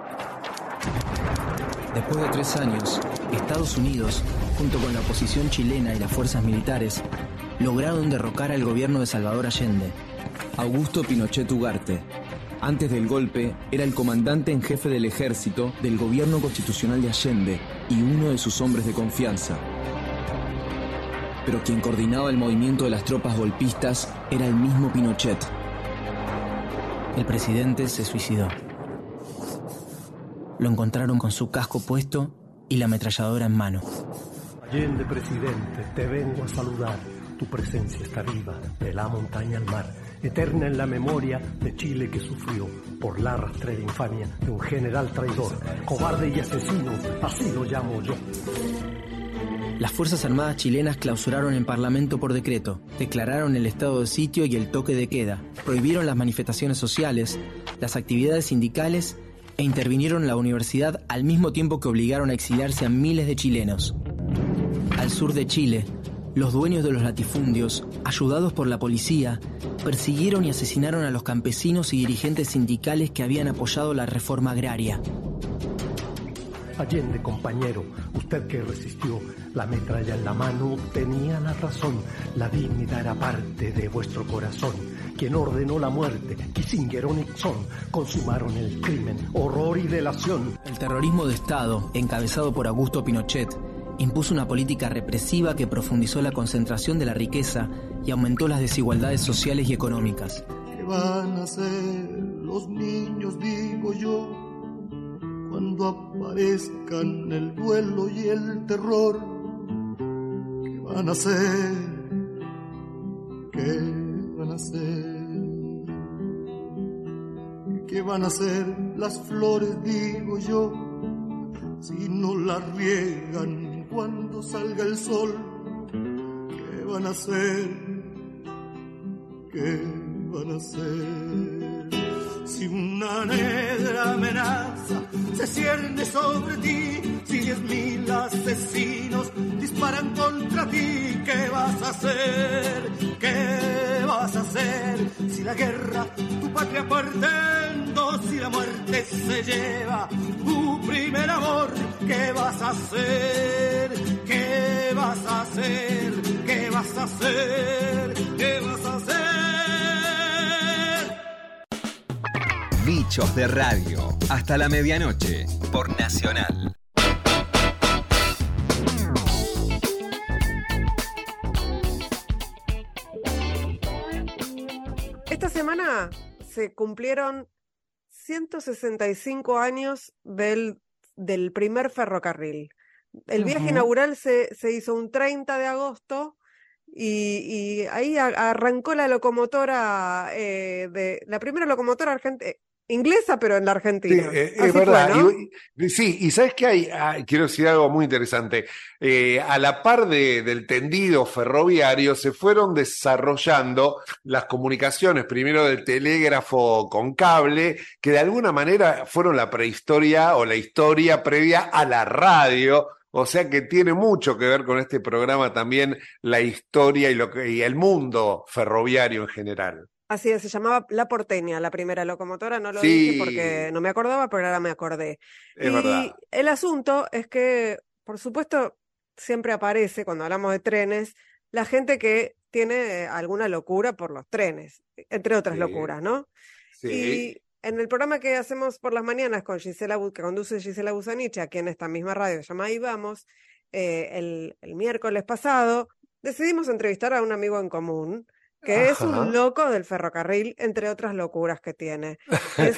Después de tres años, Estados Unidos, junto con la oposición chilena y las fuerzas militares, lograron derrocar al gobierno de Salvador Allende. Augusto Pinochet Ugarte, antes del golpe, era el comandante en jefe del ejército del gobierno constitucional de Allende y uno de sus hombres de confianza. Pero quien coordinaba el movimiento de las tropas golpistas era el mismo Pinochet. El presidente se suicidó. Lo encontraron con su casco puesto y la ametralladora en mano. Allende, presidente, te vengo a saludar. Tu presencia está viva, de la montaña al mar, eterna en la memoria de Chile que sufrió por la rastrera infamia de un general traidor, cobarde y asesino, así lo llamo yo. Las Fuerzas Armadas chilenas clausuraron el Parlamento por decreto, declararon el estado de sitio y el toque de queda, prohibieron las manifestaciones sociales, las actividades sindicales e intervinieron en la universidad al mismo tiempo que obligaron a exiliarse a miles de chilenos. Al sur de Chile, los dueños de los latifundios, ayudados por la policía, persiguieron y asesinaron a los campesinos y dirigentes sindicales que habían apoyado la reforma agraria. Allende, compañero, usted que resistió, la metralla en la mano, tenía la razón. La dignidad era parte de vuestro corazón. Quien ordenó la muerte, Kissinger o Nixon, consumaron el crimen, horror y delación. El terrorismo de Estado, encabezado por Augusto Pinochet, impuso una política represiva que profundizó la concentración de la riqueza y aumentó las desigualdades sociales y económicas. ¿Qué van a hacer los niños, digo yo, cuando aparezcan el duelo y el terror? ¿Qué van a hacer? ¿Qué van a hacer? ¿Qué van a hacer las flores, digo yo, si no las riegan cuando salga el sol? ¿Qué van a hacer? ¿Qué van a hacer? Si una negra amenaza se cierne sobre ti, si diez mil asesinos disparan contra ti, ¿qué vas a hacer? ¿Qué vas a hacer? Si la guerra tu patria parte en dos, si la muerte se lleva tu primer amor, ¿qué vas a hacer? ¿Qué vas a hacer? ¿Qué vas a hacer? ¿Qué vas a hacer? Bichos de Radio, hasta la medianoche, por Nacional. Esta semana se cumplieron ciento sesenta y cinco años del, del primer ferrocarril. El viaje uh-huh. inaugural se, se hizo un treinta de agosto y, y ahí a, arrancó la locomotora, eh, de la primera locomotora argentina. Inglesa, pero en la Argentina. Sí, eh, es verdad. Fue, ¿no? y, sí, y sabes que hay, ah, quiero decir algo muy interesante. Eh, a la par de, del tendido ferroviario se fueron desarrollando las comunicaciones, primero del telégrafo con cable, que de alguna manera fueron la prehistoria o la historia previa a la radio. O sea que tiene mucho que ver con este programa también la historia y, lo que, y el mundo ferroviario en general. Así es, se llamaba La Porteña, la primera locomotora, no lo sí. dije porque no me acordaba, pero ahora me acordé. Es y verdad. El asunto es que, por supuesto, siempre aparece cuando hablamos de trenes, la gente que tiene alguna locura por los trenes, entre otras sí. locuras, ¿no? Sí. Y en el programa que hacemos por las mañanas con Gisela, que conduce Gisela Busaniche, aquí en esta misma radio, se llama Ahí Vamos, eh, el, el miércoles pasado, decidimos entrevistar a un amigo en común, que Ajá. es un loco del ferrocarril, entre otras locuras que tiene. Es...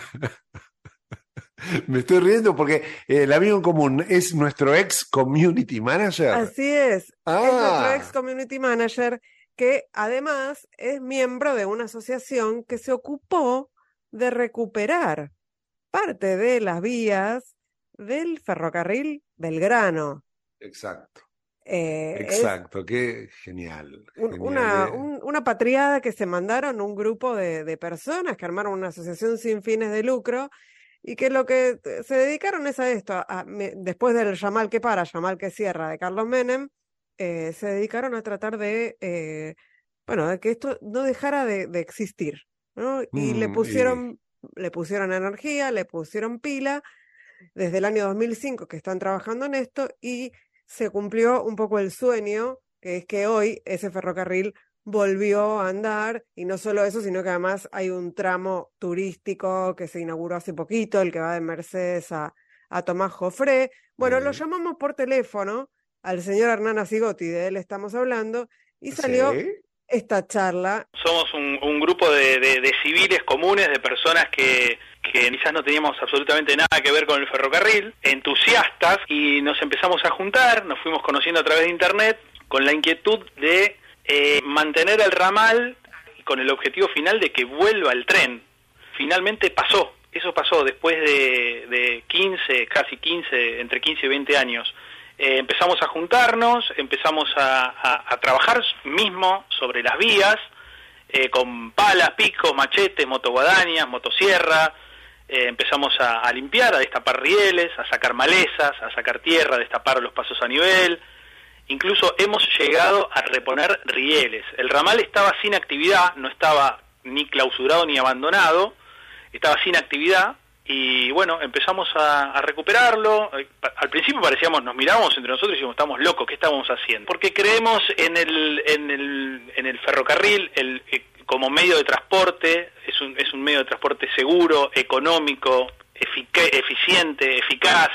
Me estoy riendo porque el amigo en común es nuestro ex community manager. Así es, ah. es nuestro ex community manager, que además es miembro de una asociación que se ocupó de recuperar parte de las vías del ferrocarril Belgrano. Exacto. Eh, Exacto, qué genial. Un, genial una, eh. un, una patriada que se mandaron un grupo de, de personas que armaron una asociación sin fines de lucro y que lo que se dedicaron es a esto, a, a, después del Yamal que para, Yamal que cierra de Carlos Menem, eh, se dedicaron a tratar de, eh, bueno, de que esto no dejara de, de existir, ¿no? Y mm, le pusieron, y... le pusieron energía, le pusieron pila, desde el año dos mil cinco que están trabajando en esto y se cumplió un poco el sueño, que es que hoy ese ferrocarril volvió a andar, y no solo eso, sino que además hay un tramo turístico que se inauguró hace poquito, el que va de Mercedes a, a Tomás Jofré. Bueno, sí. Lo llamamos por teléfono al señor Hernán Asigotti, de él estamos hablando, y salió ¿Sí? esta charla. Somos un, un grupo de, de, de civiles comunes, de personas que... que quizás no teníamos absolutamente nada que ver con el ferrocarril, entusiastas, y nos empezamos a juntar, nos fuimos conociendo a través de internet, con la inquietud de eh, mantener el ramal y con el objetivo final de que vuelva el tren. Finalmente pasó, eso pasó después de, de quince, casi quince, entre quince y veinte años. Eh, empezamos a juntarnos, empezamos a, a, a trabajar mismo sobre las vías, eh, con palas, picos, machetes, motoguadañas, motosierra. Eh, empezamos a, a limpiar, a destapar rieles, a sacar malezas, a sacar tierra, a destapar los pasos a nivel. Incluso hemos llegado a reponer rieles. El ramal estaba sin actividad, no estaba ni clausurado ni abandonado, estaba sin actividad y bueno, empezamos a, a recuperarlo. Al principio parecíamos, nos mirábamos entre nosotros y decíamos, estamos locos, ¿qué estábamos haciendo? Porque creemos en el, en el, en el ferrocarril, el como medio de transporte, es un, es un medio de transporte seguro, económico, efic- eficiente, eficaz,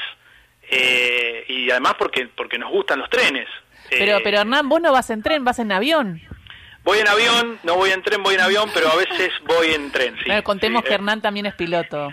eh, y además porque porque nos gustan los trenes. Pero, eh, pero Hernán, vos no vas en tren, vas en avión. Voy en avión, no voy en tren, voy en avión, pero a veces voy en tren, sí. Bueno, contemos sí, que eh. Hernán también es piloto.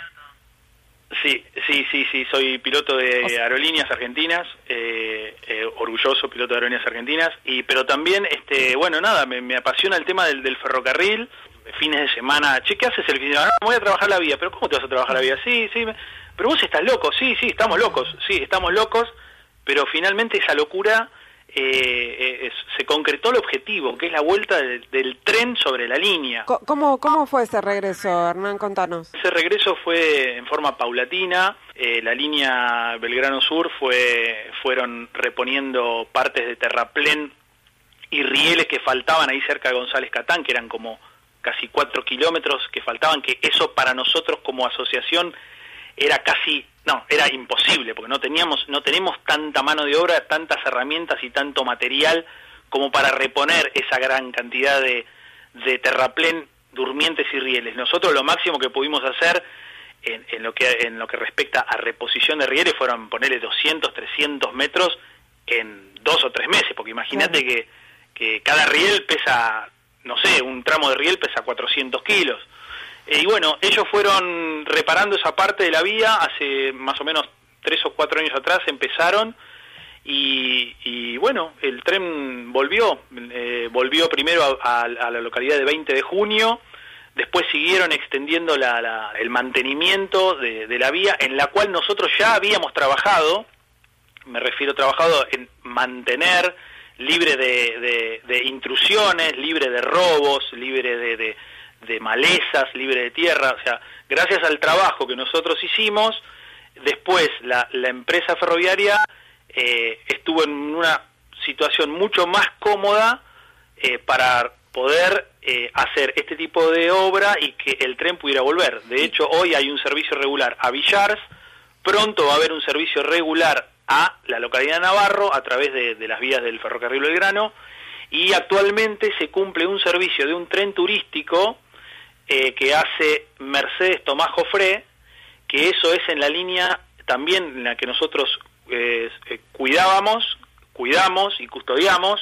Sí, sí, sí, sí, soy piloto de o sea, aerolíneas argentinas, eh, eh, orgulloso piloto de aerolíneas argentinas, y pero también, este, bueno, nada, me, me apasiona el tema del, del ferrocarril, fines de semana, che, ¿qué haces el fin de semana? No, voy a trabajar la vía, pero ¿cómo te vas a trabajar la vía? Sí, sí, pero vos estás loco, sí, sí, estamos locos, sí, estamos locos, pero finalmente esa locura eh, eh, se concretó el objetivo, que es la vuelta del, del tren sobre la línea. ¿Cómo, cómo fue ese regreso, Hernán? Contanos. Ese regreso fue en forma paulatina. Eh, la línea Belgrano Sur fue fueron reponiendo partes de terraplén y rieles que faltaban ahí cerca de González Catán, que eran como casi cuatro kilómetros que faltaban, que eso para nosotros como asociación era casi, no, era imposible, porque no teníamos, no tenemos tanta mano de obra, tantas herramientas y tanto material como para reponer esa gran cantidad de, de terraplén, durmientes y rieles. Nosotros lo máximo que pudimos hacer en, en lo que en lo que respecta a reposición de rieles fueron ponerle doscientos, trescientos metros en dos o tres meses, porque imagínate que, que cada riel pesa, no sé, un tramo de riel pesa cuatrocientos kilos. Y bueno, ellos fueron reparando esa parte de la vía hace más o menos tres o cuatro años atrás, empezaron y, y bueno, el tren volvió, eh, volvió primero a, a, a la localidad de veinte de junio, después siguieron extendiendo la, la, el mantenimiento de, de la vía, en la cual nosotros ya habíamos trabajado, me refiero trabajado en mantener libre de, de, de intrusiones, libre de robos, libre de... de de malezas, libre de tierra, o sea, gracias al trabajo que nosotros hicimos, después la, la empresa ferroviaria eh, estuvo en una situación mucho más cómoda eh, para poder eh, hacer este tipo de obra y que el tren pudiera volver. De hecho, hoy hay un servicio regular a Villars, pronto va a haber un servicio regular a la localidad de Navarro a través de, de las vías del ferrocarril Belgrano, y actualmente se cumple un servicio de un tren turístico Eh, que hace Mercedes Tomás Jofré, que eso es en la línea también en la que nosotros eh, eh, cuidábamos, cuidamos y custodiamos,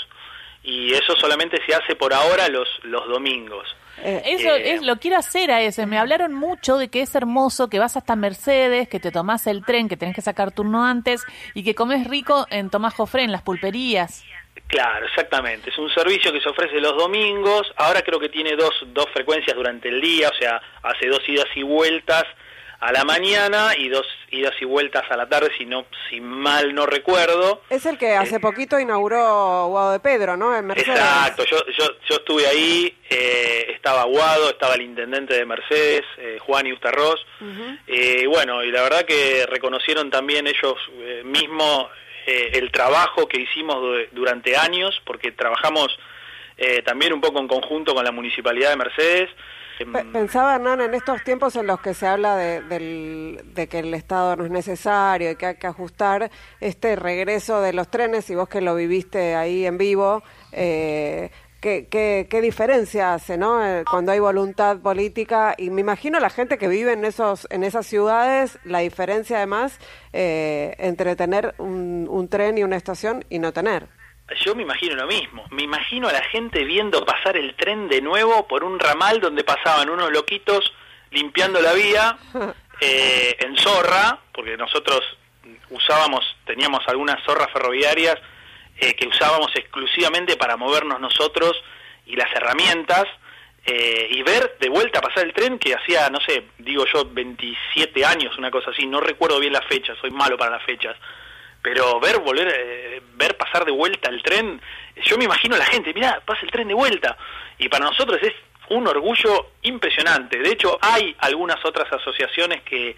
y eso solamente se hace por ahora los, los domingos. Eh, eso eh, es, lo quiero hacer a ese. Me hablaron mucho de que es hermoso, que vas hasta Mercedes, que te tomás el tren, que tenés que sacar turno antes y que comes rico en Tomás Jofré, en las pulperías. Claro, exactamente. Es un servicio que se ofrece los domingos. Ahora creo que tiene dos, dos frecuencias durante el día, o sea, hace dos idas y vueltas a la mañana y dos idas y vueltas a la tarde, si no, si mal no recuerdo. Es el que hace eh, poquito inauguró Guado de Pedro, ¿no? En Mercedes. Exacto. Yo, yo, yo estuve ahí, eh, estaba Guado, estaba el intendente de Mercedes, eh, Juan Iustarroz. Uh-huh. eh, bueno, y la verdad que reconocieron también ellos eh, mismos Eh, el trabajo que hicimos durante años, porque trabajamos eh, también un poco en conjunto con la Municipalidad de Mercedes. Pensaba, Hernán, en estos tiempos en los que se habla de, del, de que el Estado no es necesario y que hay que ajustar este regreso de los trenes, y vos que lo viviste ahí en vivo, eh, ¿Qué, qué, qué diferencia hace, ¿no? Cuando hay voluntad política, y me imagino la gente que vive en esos en esas ciudades, la diferencia además eh, entre tener un, un tren y una estación y no tener. Yo me imagino lo mismo, me imagino a la gente viendo pasar el tren de nuevo por un ramal donde pasaban unos loquitos limpiando la vía eh, en zorra, porque nosotros usábamos, teníamos algunas zorras ferroviarias Eh, que usábamos exclusivamente para movernos nosotros y las herramientas, eh, y ver de vuelta pasar el tren que hacía, no sé, digo yo, veintisiete años, una cosa así, no recuerdo bien las fechas, soy malo para las fechas, pero ver volver, eh, ver pasar de vuelta el tren, yo me imagino a la gente, mirá, pasa el tren de vuelta, y para nosotros es un orgullo impresionante. De hecho, hay algunas otras asociaciones que,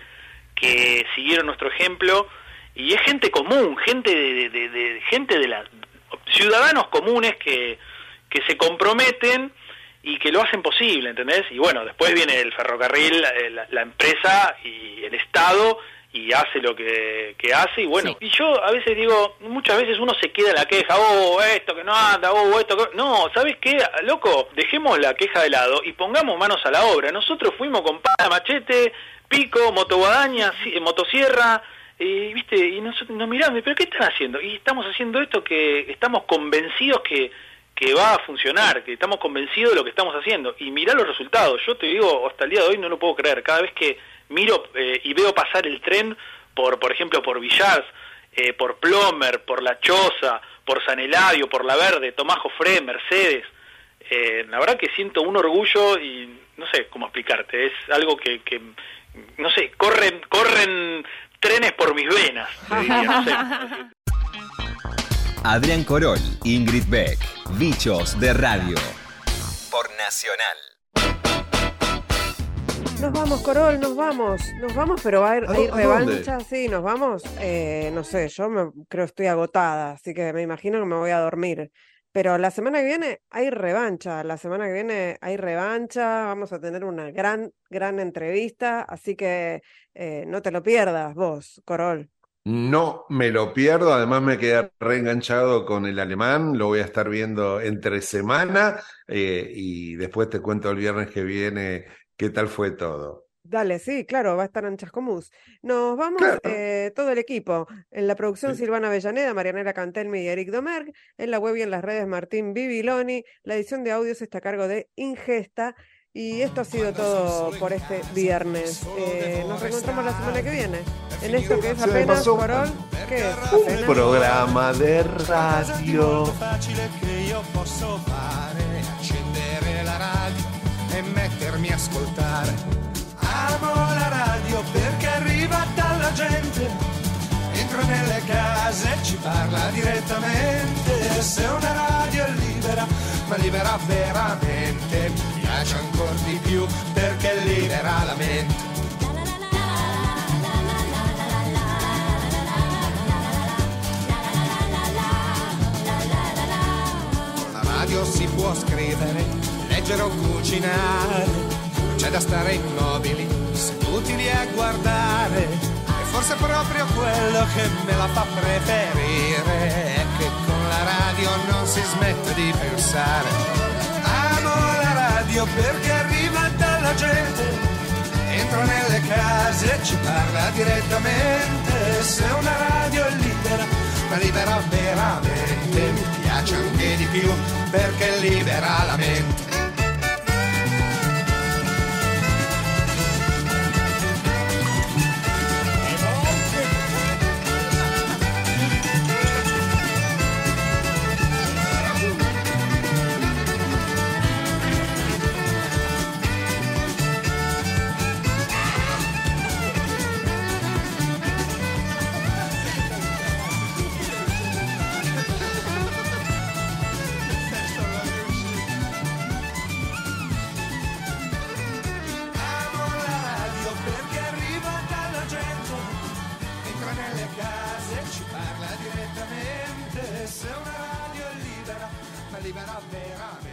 que siguieron nuestro ejemplo, y es gente común, gente de, de, de gente de la ciudadanos comunes que, que se comprometen y que lo hacen posible, ¿entendés? Y bueno, después viene el ferrocarril, la, la empresa y el Estado, y hace lo que, que hace, y bueno, sí. Y yo a veces digo, muchas veces uno se queda en la queja, oh, esto que no anda, oh, esto que... No, ¿sabes qué, loco? Dejemos la queja de lado y pongamos manos a la obra. Nosotros fuimos con pala, machete, pico, motoguadaña, motosierra, y viste, y nosotros nos miramos, pero ¿qué están haciendo? Y estamos haciendo esto que estamos convencidos que, que va a funcionar, que estamos convencidos de lo que estamos haciendo, y mirá los resultados. Yo te digo, hasta el día de hoy no lo puedo creer. Cada vez que miro eh, y veo pasar el tren por, por ejemplo, por Villars, eh, por Plomer, por La Choza, por San Eladio, por La Verde, Tomás Jofré, Mercedes, eh, la verdad que siento un orgullo y no sé cómo explicarte, es algo que, que no sé, corren, corren trenes por mis venas, te diría, no sé. Adrián Corol, Ingrid Beck, Bichos de Radio. Por Nacional. Nos vamos, Corol, nos vamos. Nos vamos, pero hay, hay ¿A revancha, sí, nos vamos. Eh, no sé, yo me, creo que estoy agotada, así que me imagino que me voy a dormir. Pero la semana que viene hay revancha, la semana que viene hay revancha, vamos a tener una gran, gran entrevista, así que eh, no te lo pierdas vos, Corol. No me lo pierdo, además me quedé reenganchado con el alemán, lo voy a estar viendo entre semana eh, y después te cuento el viernes que viene qué tal fue todo. Dale, sí, claro, va a estar en Chascomús. Nos vamos Claro. eh, todo el equipo. En la producción Sí. Silvana Avellaneda, Marianela Cantelmi y Eric Domergue. En la web y en las redes Martín Bibiloni. La edición de audios está a cargo de Ingesta. Y esto ha sido todo por este viernes. Eh, nos reencontramos la semana que viene. En esto que es Se me apenas, pasó. Corol, ¿qué es? Un Apenas. programa de radio. facile che io posso fare, accendere la radio e mettermi a ascoltare. Amo la radio perché arriva dalla gente, entra nelle case e ci parla direttamente. Se una radio è libera, ma libera veramente, mi piace ancora di più perché libera la mente. Con la radio si può scrivere, leggere o cucinare, c'è da stare immobili, seduti lì a guardare. E forse proprio quello che me la fa preferire è che con la radio non si smette di pensare. Amo la radio perché arriva dalla gente, entra nelle case e ci parla direttamente. Se una radio è libera, ma libera veramente, mi piace anche di più perché libera la mente. Ci parla direttamente, se una radio è libera, ma libera veramente.